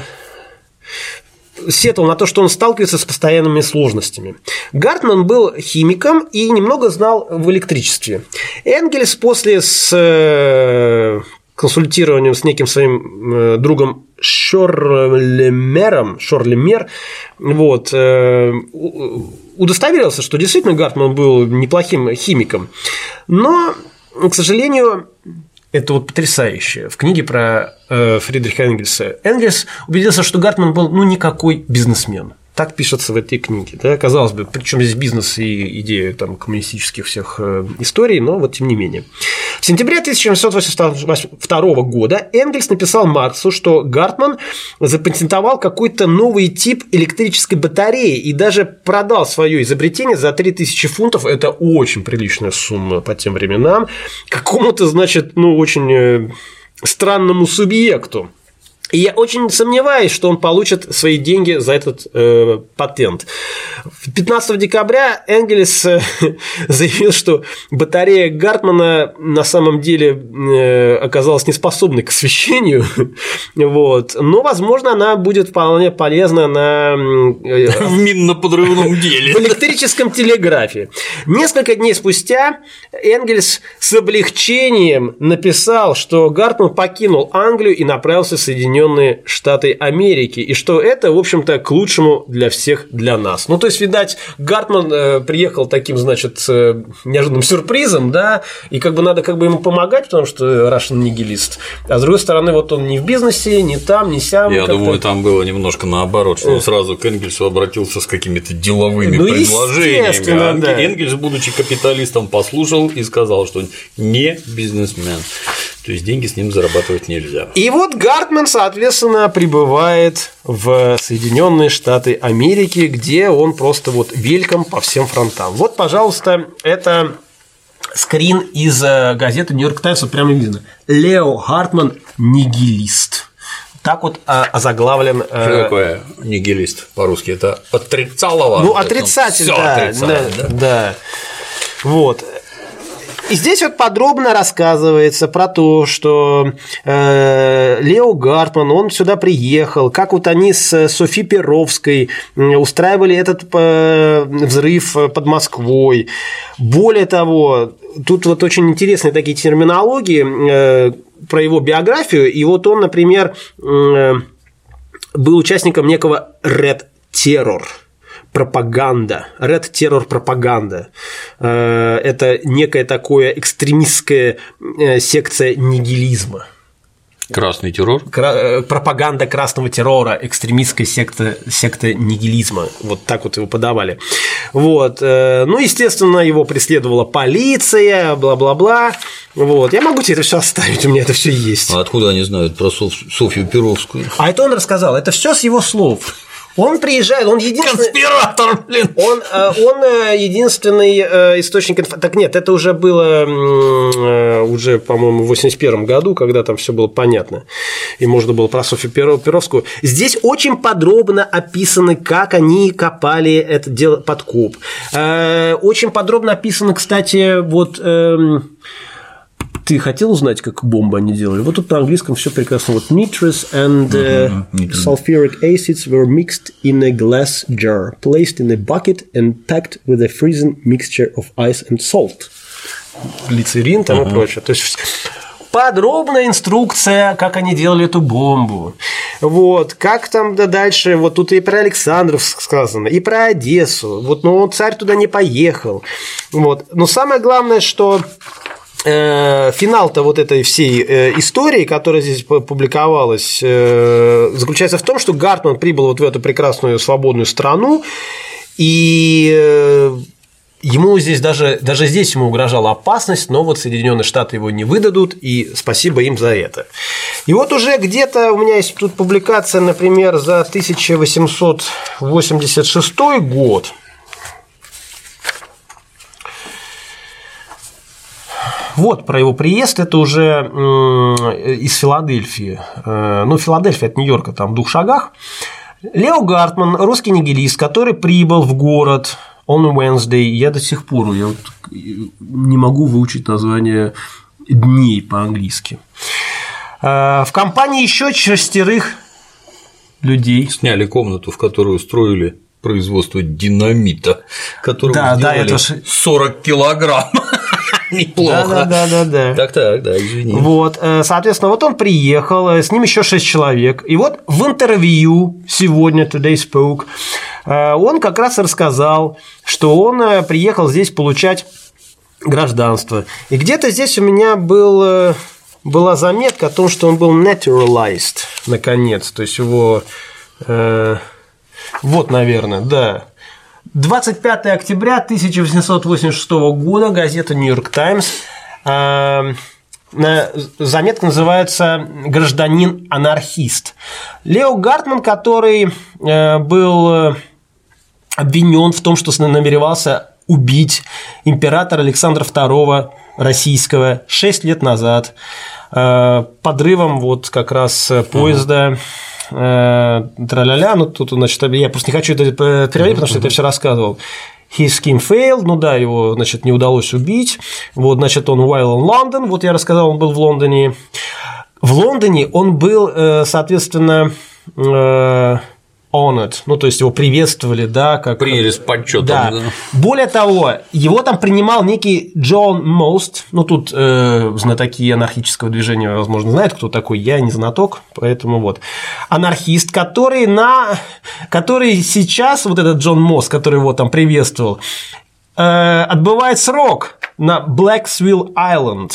сетовал на то, что он сталкивается с постоянными сложностями. Гартман был химиком и немного знал в электричестве. Энгельс после консультированием с неким своим другом Шорлемер, вот, удостоверился, что действительно Гартман был неплохим химиком. Но, к сожалению, это вот потрясающе. В книге про Фридриха Энгельса Энгельс убедился, что Гартман был никакой бизнесмен. Так пишется в этой книге. Да? Казалось бы, причем здесь бизнес и идея там, коммунистических всех историй, но вот тем не менее. В сентябре 1882 года Энгельс написал Марксу, что Гартман запатентовал какой-то новый тип электрической батареи и даже продал свое изобретение за 3000 фунтов. Это очень приличная сумма по тем временам. Какому-то, значит, очень странному субъекту. И я очень сомневаюсь, что он получит свои деньги за этот патент. 15 декабря Энгельс заявил, что батарея Гартмана на самом деле оказалась неспособной к освещению, вот. Но, возможно, она будет вполне полезна в минно-подрывном деле. В электрическом телеграфе. Несколько дней спустя Энгельс с облегчением написал, что Гартман покинул Англию и направился в Соединенные Штаты Америки, и что это, в общем-то, к лучшему для всех, для нас. Ну, то есть, видать, Гартман приехал таким, значит, неожиданным сюрпризом, да, и надо ему помогать, потому что Russian нигилист, а с другой стороны, вот он ни в бизнесе, ни там, ни сям. Я думаю, там было немножко наоборот, что он сразу к Энгельсу обратился с какими-то деловыми предложениями, да. Энгельс, будучи капиталистом, послушал и сказал, что он не бизнесмен. То есть деньги с ним зарабатывать нельзя. И вот Гартман, соответственно, прибывает в Соединенные Штаты Америки, где он просто велком по всем фронтам. Вот, пожалуйста, это скрин из газеты «Нью-Йорк Таймс», вот прямо видно. Лео Гартман – нигилист. Так вот озаглавлен. Что такое нигилист по-русски? Это отрицалово. Ну, отрицатель, да. Вот. И здесь вот подробно рассказывается про то, что Лео Гартман, он сюда приехал, как вот они с Софи Перовской устраивали этот взрыв под Москвой. Более того, тут вот очень интересные такие терминологии про его биографию. И вот он, например, был участником некого Red Terror. Пропаганда, Red Terror пропаганда. Это некая такая экстремистская секция нигилизма. Красный террор? Пропаганда красного террора, экстремистская секта нигилизма. Вот так вот его подавали. Вот. Ну, естественно, его преследовала полиция, бла-бла-бла. Вот. Я могу тебе это все оставить, у меня это все есть. А откуда они знают про Софью Перовскую? А это он рассказал, это все с его слов. Он приезжает, он единственный… Конспиратор, блин! Он единственный источник информации. Так нет, это уже было, по-моему, в 1981 году, когда там все было понятно, и можно было про Софью Перовскую. Здесь очень подробно описано, как они копали это дело, подкоп. Очень подробно описано, кстати, Ты хотел узнать, как бомбы они делали? Вот тут на английском все прекрасно. Вот nitrous and sulfuric acids were mixed in a glass jar, placed in a bucket and packed with a freezing mixture of ice and salt. Глицерин там и прочее. То есть подробная инструкция, как они делали эту бомбу. Вот, как там дальше, вот тут и про Александровск сказано, и про Одессу. Вот, но царь туда не поехал. Вот. Но самое главное, что финал-то вот этой всей истории, которая здесь публиковалась, заключается в том, что Гартман прибыл вот в эту прекрасную свободную страну, и ему здесь даже здесь ему угрожала опасность, но вот Соединенные Штаты его не выдадут, и спасибо им за это. И вот уже где-то у меня есть тут публикация, например, за 1886 год. Вот про его приезд, это уже из Филадельфии. Ну, Филадельфия от Нью-Йорка, там в 2 шагах. Лео Гартман, русский нигилист, который прибыл в город on Wednesday. Я до сих пор не могу выучить название дней по-английски. В компании еще 6 людей. Сняли комнату, в которую устроили производство динамита, которого сделали 40 килограмм. Неплохо. Да. Так, да, извини. Вот, соответственно, вот он приехал, с ним еще 6 человек. И вот в интервью сегодня Today Spoke он как раз рассказал, что он приехал здесь получать гражданство. И где-то здесь у меня была заметка о том, что он был naturalized, наконец. То есть его вот, наверное, да. 25 октября 1886 года, газета «Нью-Йорк Таймс», заметка называется «Гражданин-анархист». Лео Гартман, который был обвинен в том, что намеревался убить императора Александра II российского 6 лет назад подрывом вот как раз поезда. Тра-ля-ля, ну тут, значит, я просто не хочу это переводить, потому что я это все рассказывал. His scheme failed, ну да, его, значит, не удалось убить. Вот, значит, он while in London, вот я рассказал, он был в Лондоне. В Лондоне он был, соответственно, honored, ну, то есть его приветствовали, да, как… Приняли с почетом. Да. Более того, его там принимал некий Джон Мост, ну, тут знатоки анархического движения, возможно, знают, кто такой, я не знаток, поэтому вот. Анархист, который сейчас, вот этот Джон Мост, который его там приветствовал, отбывает срок на Blacksville Island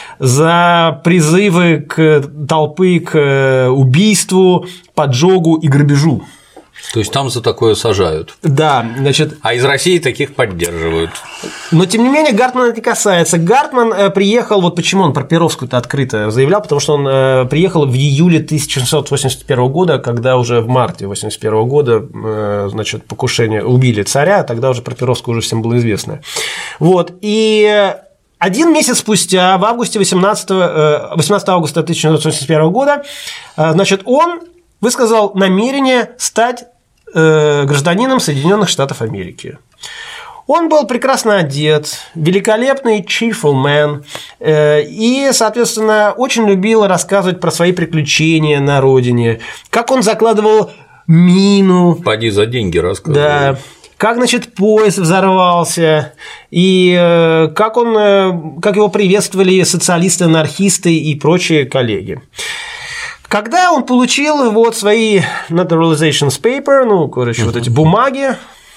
за призывы к толпы к убийству, поджогу и грабежу. То есть там за такое сажают. Да, значит. А из России таких поддерживают. Но тем не менее Гартмана это не касается. Гартман приехал, вот почему он про Перовскую-то открыто заявлял, потому что он приехал в июле 1781 года, когда уже в марте 1781 года, значит, покушение, убили царя, тогда уже про Перовскую уже всем было известно. Вот, и 1 месяц спустя, в августе 18 августа 1981 года, значит, он высказал намерение стать гражданином Соединенных Штатов Америки. Он был прекрасно одет, великолепный cheerful man, и, соответственно, очень любил рассказывать про свои приключения на родине, как он закладывал мину. Поди за деньги рассказывал. Да. Как, значит, поезд взорвался, и как его приветствовали социалисты-анархисты и прочие коллеги. Когда он получил вот свои naturalization paper, ну, короче, вот эти бумаги,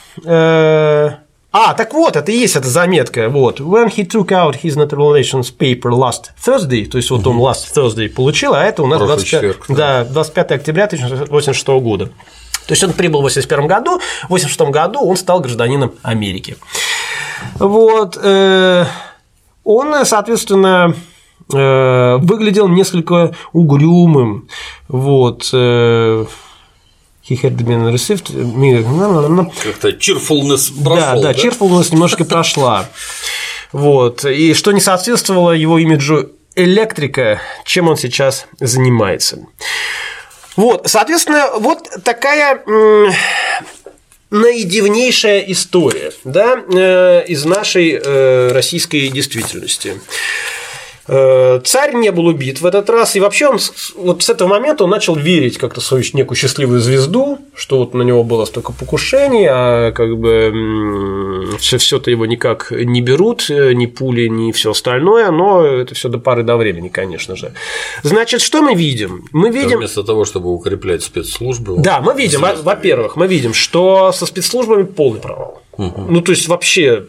так вот, это и есть эта заметка, вот, when he took out his naturalization paper last Thursday, то есть вот он last Thursday получил, а это у нас 25 октября 1986 года. То есть он прибыл в 1981 году, в 1986 году он стал гражданином Америки. Вот, он, соответственно, выглядел несколько угрюмым, вот. He had been received. Как-то cheerfulness прошел. Да, cheerfulness немножко прошла. Вот. И что не соответствовало его имиджу электрика, чем он сейчас занимается. Вот, соответственно, вот такая наидивнейшая история, да, из нашей российской действительности. Царь не был убит в этот раз, и вообще он вот с этого момента он начал верить как-то в свою некую счастливую звезду, что вот на него было столько покушений, а как бы все-то его никак не берут, ни пули, ни все остальное, но это все до поры до времени, конечно же. Значит, что мы видим? Мы видим вместо того, чтобы укреплять спецслужбы. Да, мы видим, во-первых, мы видим, что со спецслужбами полный провал. Ну, то есть вообще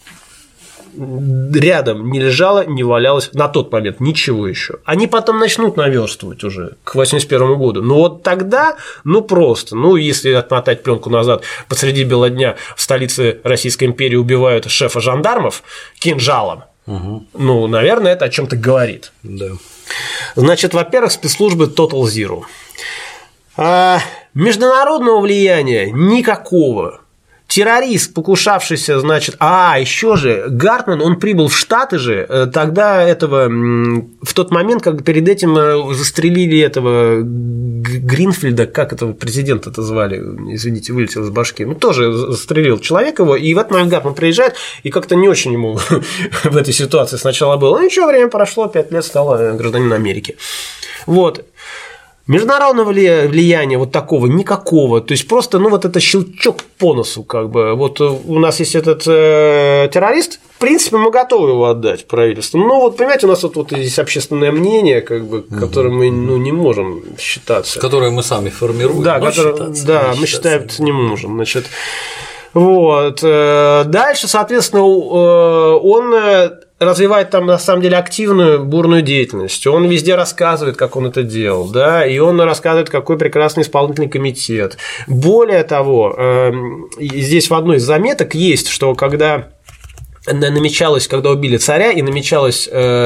рядом не лежало, не валялось на тот момент ничего еще. Они потом начнут наверстывать уже к 1981 году. Но вот тогда, просто, если отмотать пленку назад, посреди бела дня в столице Российской империи убивают шефа жандармов кинжалом, наверное, это о чем-то говорит. Да. Значит, во-первых, спецслужбы Total Zero. Международного влияния никакого. Террорист, покушавшийся, значит, еще же Гартман, он прибыл в Штаты же, тогда в тот момент, как перед этим застрелили этого Гринфилда, как этого президента-то звали, извините, вылетел из башки, тоже застрелил человек его, и в этот момент Гартман приезжает, и как-то не очень ему в этой ситуации сначала было, ничего, время прошло, 5 лет стал гражданином Америки. Вот. Международного влияния вот такого никакого, то есть просто, вот это щелчок по носу, как бы, вот у нас есть этот террорист, в принципе, мы готовы его отдать правительству, понимаете, у нас вот здесь общественное мнение, как бы, которым мы не можем считаться. Которое мы сами формируем, да, мы считать не можем, значит, вот, дальше, соответственно, он развивает там, на самом деле, активную, бурную деятельность. Он везде рассказывает, как он это делал, да, и он рассказывает, какой прекрасный исполнительный комитет. Более того, здесь в одной из заметок есть, что когда убили царя и намечалась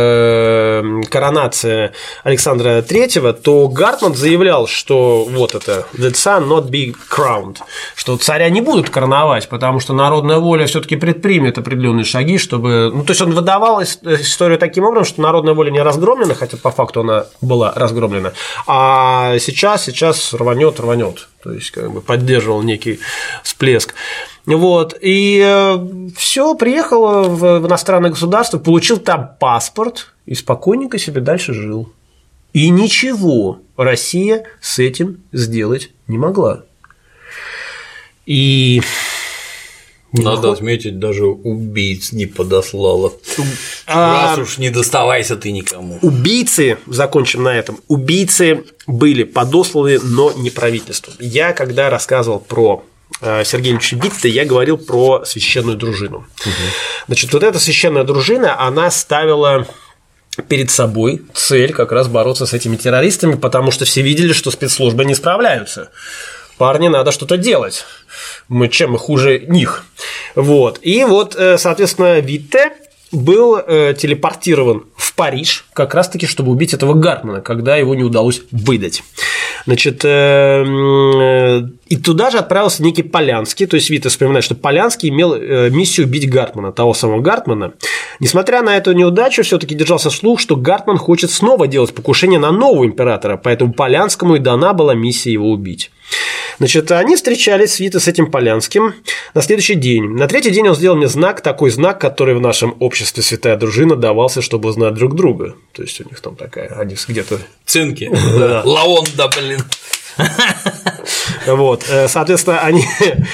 коронация Александра III, то Гартман заявлял, что вот это «the son not be crowned», что царя не будут короновать, потому что народная воля все-таки предпримет определенные шаги, чтобы… то есть он выдавал историю таким образом, что народная воля не разгромлена, хотя по факту она была разгромлена, а сейчас рванет. То есть, как бы поддерживал некий всплеск. Вот. И все, приехал в иностранное государство, получил там паспорт и спокойненько себе дальше жил. И ничего Россия с этим сделать не могла. И надо отметить, даже убийц не подослала. Раз уж не доставайся ты никому. Убийцы, закончим на этом, убийцы были подосланы, но не правительством. Я, когда рассказывал про Сергея Ильича Витте, я говорил про священную дружину. Значит, вот эта священная дружина, она ставила перед собой цель как раз бороться с этими террористами, потому что все видели, что спецслужбы не справляются. Парни, надо что-то делать. Чем мы хуже них. Вот. И вот, соответственно, Витте был телепортирован в Париж как раз-таки, чтобы убить этого Гартмана, когда его не удалось выдать. Значит, и туда же отправился некий Полянский, то есть Витте вспоминает, что Полянский имел миссию убить Гартмана, того самого Гартмана. Несмотря на эту неудачу, все-таки держался слух, что Гартман хочет снова делать покушение на нового императора, поэтому Полянскому и дана была миссия его убить. Значит, они встречались с Витте, с этим Полянским на следующий день. На третий день он сделал мне такой знак, который в нашем обществе святая дружина давался, чтобы узнать друг друга. То есть у них там такая, они где-то… Цинки, лаонда, блин. Вот, соответственно, они…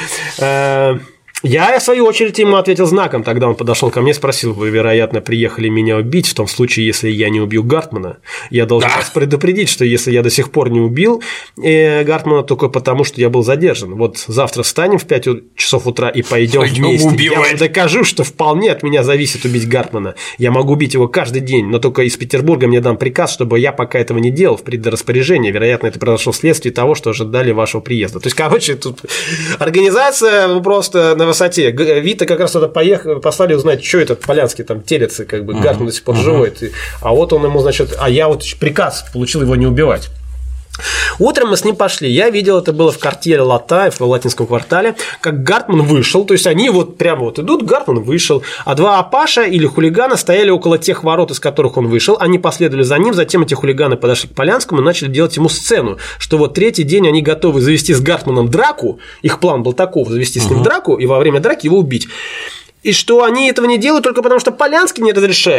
Я, в свою очередь, ему ответил знаком. Тогда он подошел ко мне и спросил: вы, вероятно, приехали меня убить в том случае, если я не убью Гартмана. Я должен вас предупредить, что если я до сих пор не убил Гартмана, только потому, что я был задержан. Вот завтра встанем в 5 часов утра и пойдем вместе. Убивать. Я вам докажу, что вполне от меня зависит убить Гартмана. Я могу убить его каждый день, но только из Петербурга мне дан приказ, чтобы я пока этого не делал в предраспоряжении. Вероятно, это произошло вследствие того, что ожидали вашего приезда. То есть, короче, тут организация просто на высоте. Витте как раз туда поехал, послали узнать, что этот Полянский там телится, как бы Гартман до сих пор живой. А вот он ему, значит, я вот приказ получил его не убивать. Утром мы с ним пошли. Я видел, это было в квартире Лата, в Латинском квартале, как Гартман вышел. То есть они вот прямо вот идут, Гартман вышел, а два апаша или хулигана стояли около тех ворот, из которых он вышел. Они последовали за ним, затем эти хулиганы подошли к Полянскому и начали делать ему сцену, что вот третий день они готовы завести с Гартманом драку. Их план был таков: завести с ним драку и во время драки его убить. И что они этого не делают только потому, что Полянский не разрешает.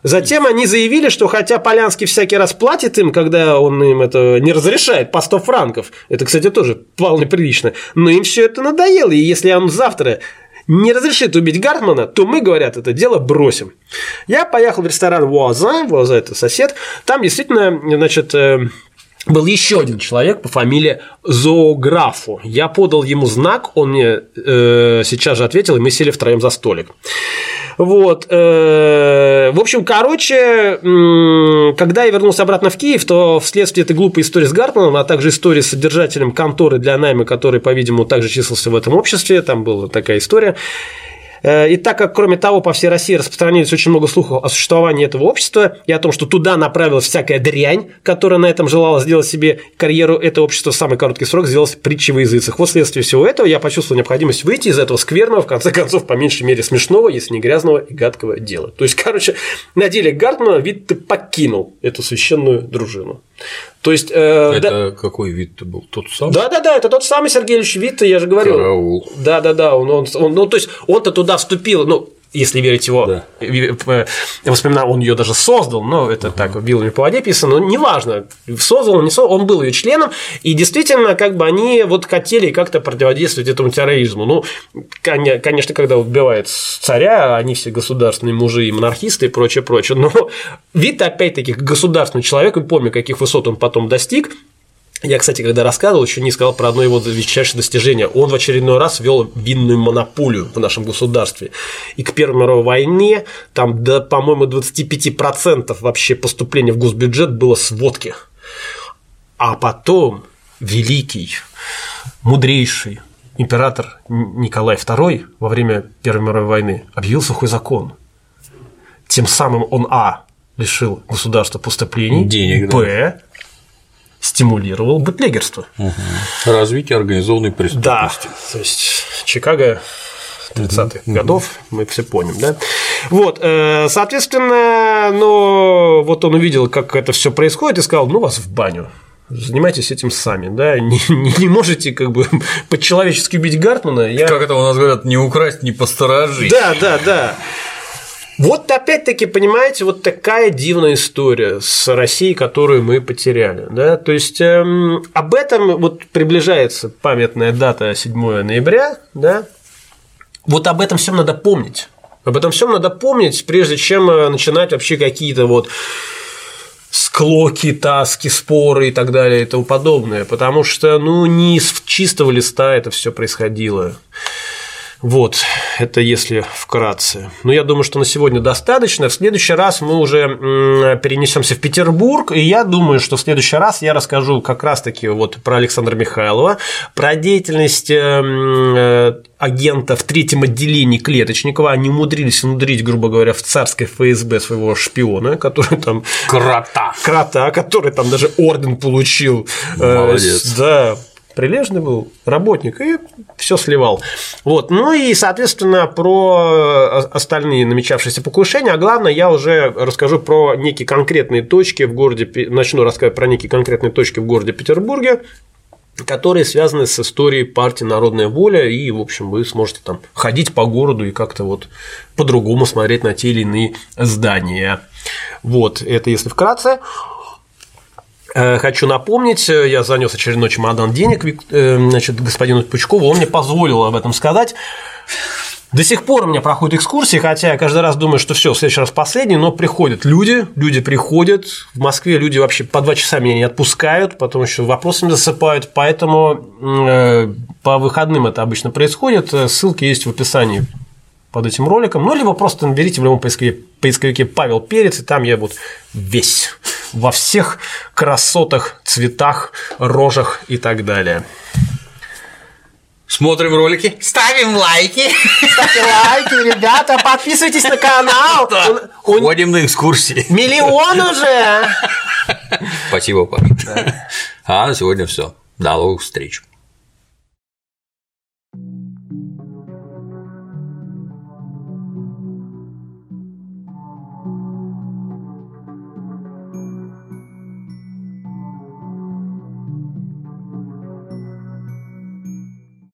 Затем они заявили, что хотя Полянский всякий раз платит им, когда он им это не разрешает, по 100 франков, это, кстати, тоже вполне прилично, но им все это надоело, и если он завтра не разрешит убить Гартмана, то мы, говорят, это дело бросим. Я поехал в ресторан Вуаза, Вуаза – это сосед, там действительно, значит, был еще один человек по фамилии Зоографу. Я подал ему знак, он мне сейчас же ответил, и мы сели втроем за столик. Вот. В общем, короче, когда я вернулся обратно в Киев, то вследствие этой глупой истории с Гартманом, а также истории с содержателем конторы для найма, который, по-видимому, также числился в этом обществе, там была такая история. И так как, кроме того, по всей России распространились очень много слухов о существовании этого общества и о том, что туда направилась всякая дрянь, которая на этом желала сделать себе карьеру, это общество в самый короткий срок сделалось притчей во языцах. Вот вследствие всего этого я почувствовал необходимость выйти из этого скверного, в конце концов, по меньшей мере смешного, если не грязного и гадкого дела. То есть, короче, на деле Гартмана Витте покинул эту священную дружину. То есть, это какой Витте был? Тот самый? Да, это тот самый Сергей Ильич Витте, я же говорил. Караул. Да, он, ну, то есть, он-то туда вступил, ну, если верить его воспоминаниям, он ее даже создал, но это так, вилами по воде писано, но неважно, создал он, не создал, он был ее членом, и действительно, как бы они вот хотели как-то противодействовать этому терроризму. Ну, конечно, когда убивают царя, они все государственные мужи и монархисты и прочее, но Витте, опять-таки, государственный человек, и помню, каких высот он потом достиг. Я, кстати, когда рассказывал, еще не сказал про одно его величайшее достижение. Он в очередной раз ввел винную монополию в нашем государстве. И к Первой мировой войне там до, по-моему, 25% вообще поступления в госбюджет было с водки. А потом великий, мудрейший император Николай II во время Первой мировой войны объявил сухой закон. Тем самым он лишил государства поступлений, денег, стимулировал бутлегерство. Развитие организованной преступности. Да, то есть Чикаго 30-х годов, мы все помним, да? Вот, соответственно, вот он увидел, как это все происходит, и сказал: ну вас в баню. Занимайтесь этим сами, да, не можете как бы по-человечески убить Гартмана. Как это у нас говорят, не украсть, не посторожить. Да. Вот опять-таки, понимаете, вот такая дивная история с Россией, которую мы потеряли. Да? То есть об этом вот приближается памятная дата 7 ноября. Да? Вот об этом всем надо помнить. Об этом всем надо помнить, прежде чем начинать вообще какие-то вот склоки, таски, споры и так далее и тому подобное. Потому что не с чистого листа это все происходило. Вот, это если вкратце. Но я думаю, что на сегодня достаточно. В следующий раз мы уже перенесемся в Петербург, и я думаю, что в следующий раз я расскажу как раз-таки вот про Александра Михайлова, про деятельность агента в 3-м отделении Клеточникова. Они умудрились внедрить, грубо говоря, в царское ФСБ своего шпиона, который там… Крота, который там даже орден получил. Молодец. Да. Прилежный был работник и все сливал. Вот. Ну и, соответственно, про остальные намечавшиеся покушения, а главное, я уже расскажу про некие конкретные точки в городе, начну рассказывать про некие конкретные точки в городе Петербурге, которые связаны с историей партии «Народная воля», и, в общем, вы сможете там ходить по городу и как-то вот по-другому смотреть на те или иные здания. Вот, это если вкратце. Хочу напомнить, я занес очередной чемодан денег, значит, господину Пучкову, он мне позволил об этом сказать. До сих пор у меня проходят экскурсии, хотя я каждый раз думаю, что все, в следующий раз последний, но приходят люди приходят, в Москве люди вообще по 2 часа меня не отпускают, потом еще вопросами засыпают, поэтому по выходным это обычно происходит, ссылки есть в описании под этим роликом, ну, либо просто наберите в любом поисковике Павел Перец, и там я вот весь, во всех красотах, цветах, рожах и так далее. Смотрим ролики, ставим лайки. Ставьте лайки, ребята, подписывайтесь на канал. Ходим на экскурсии. 1 миллион уже. Спасибо, Паша. А на сегодня все. До новых встреч.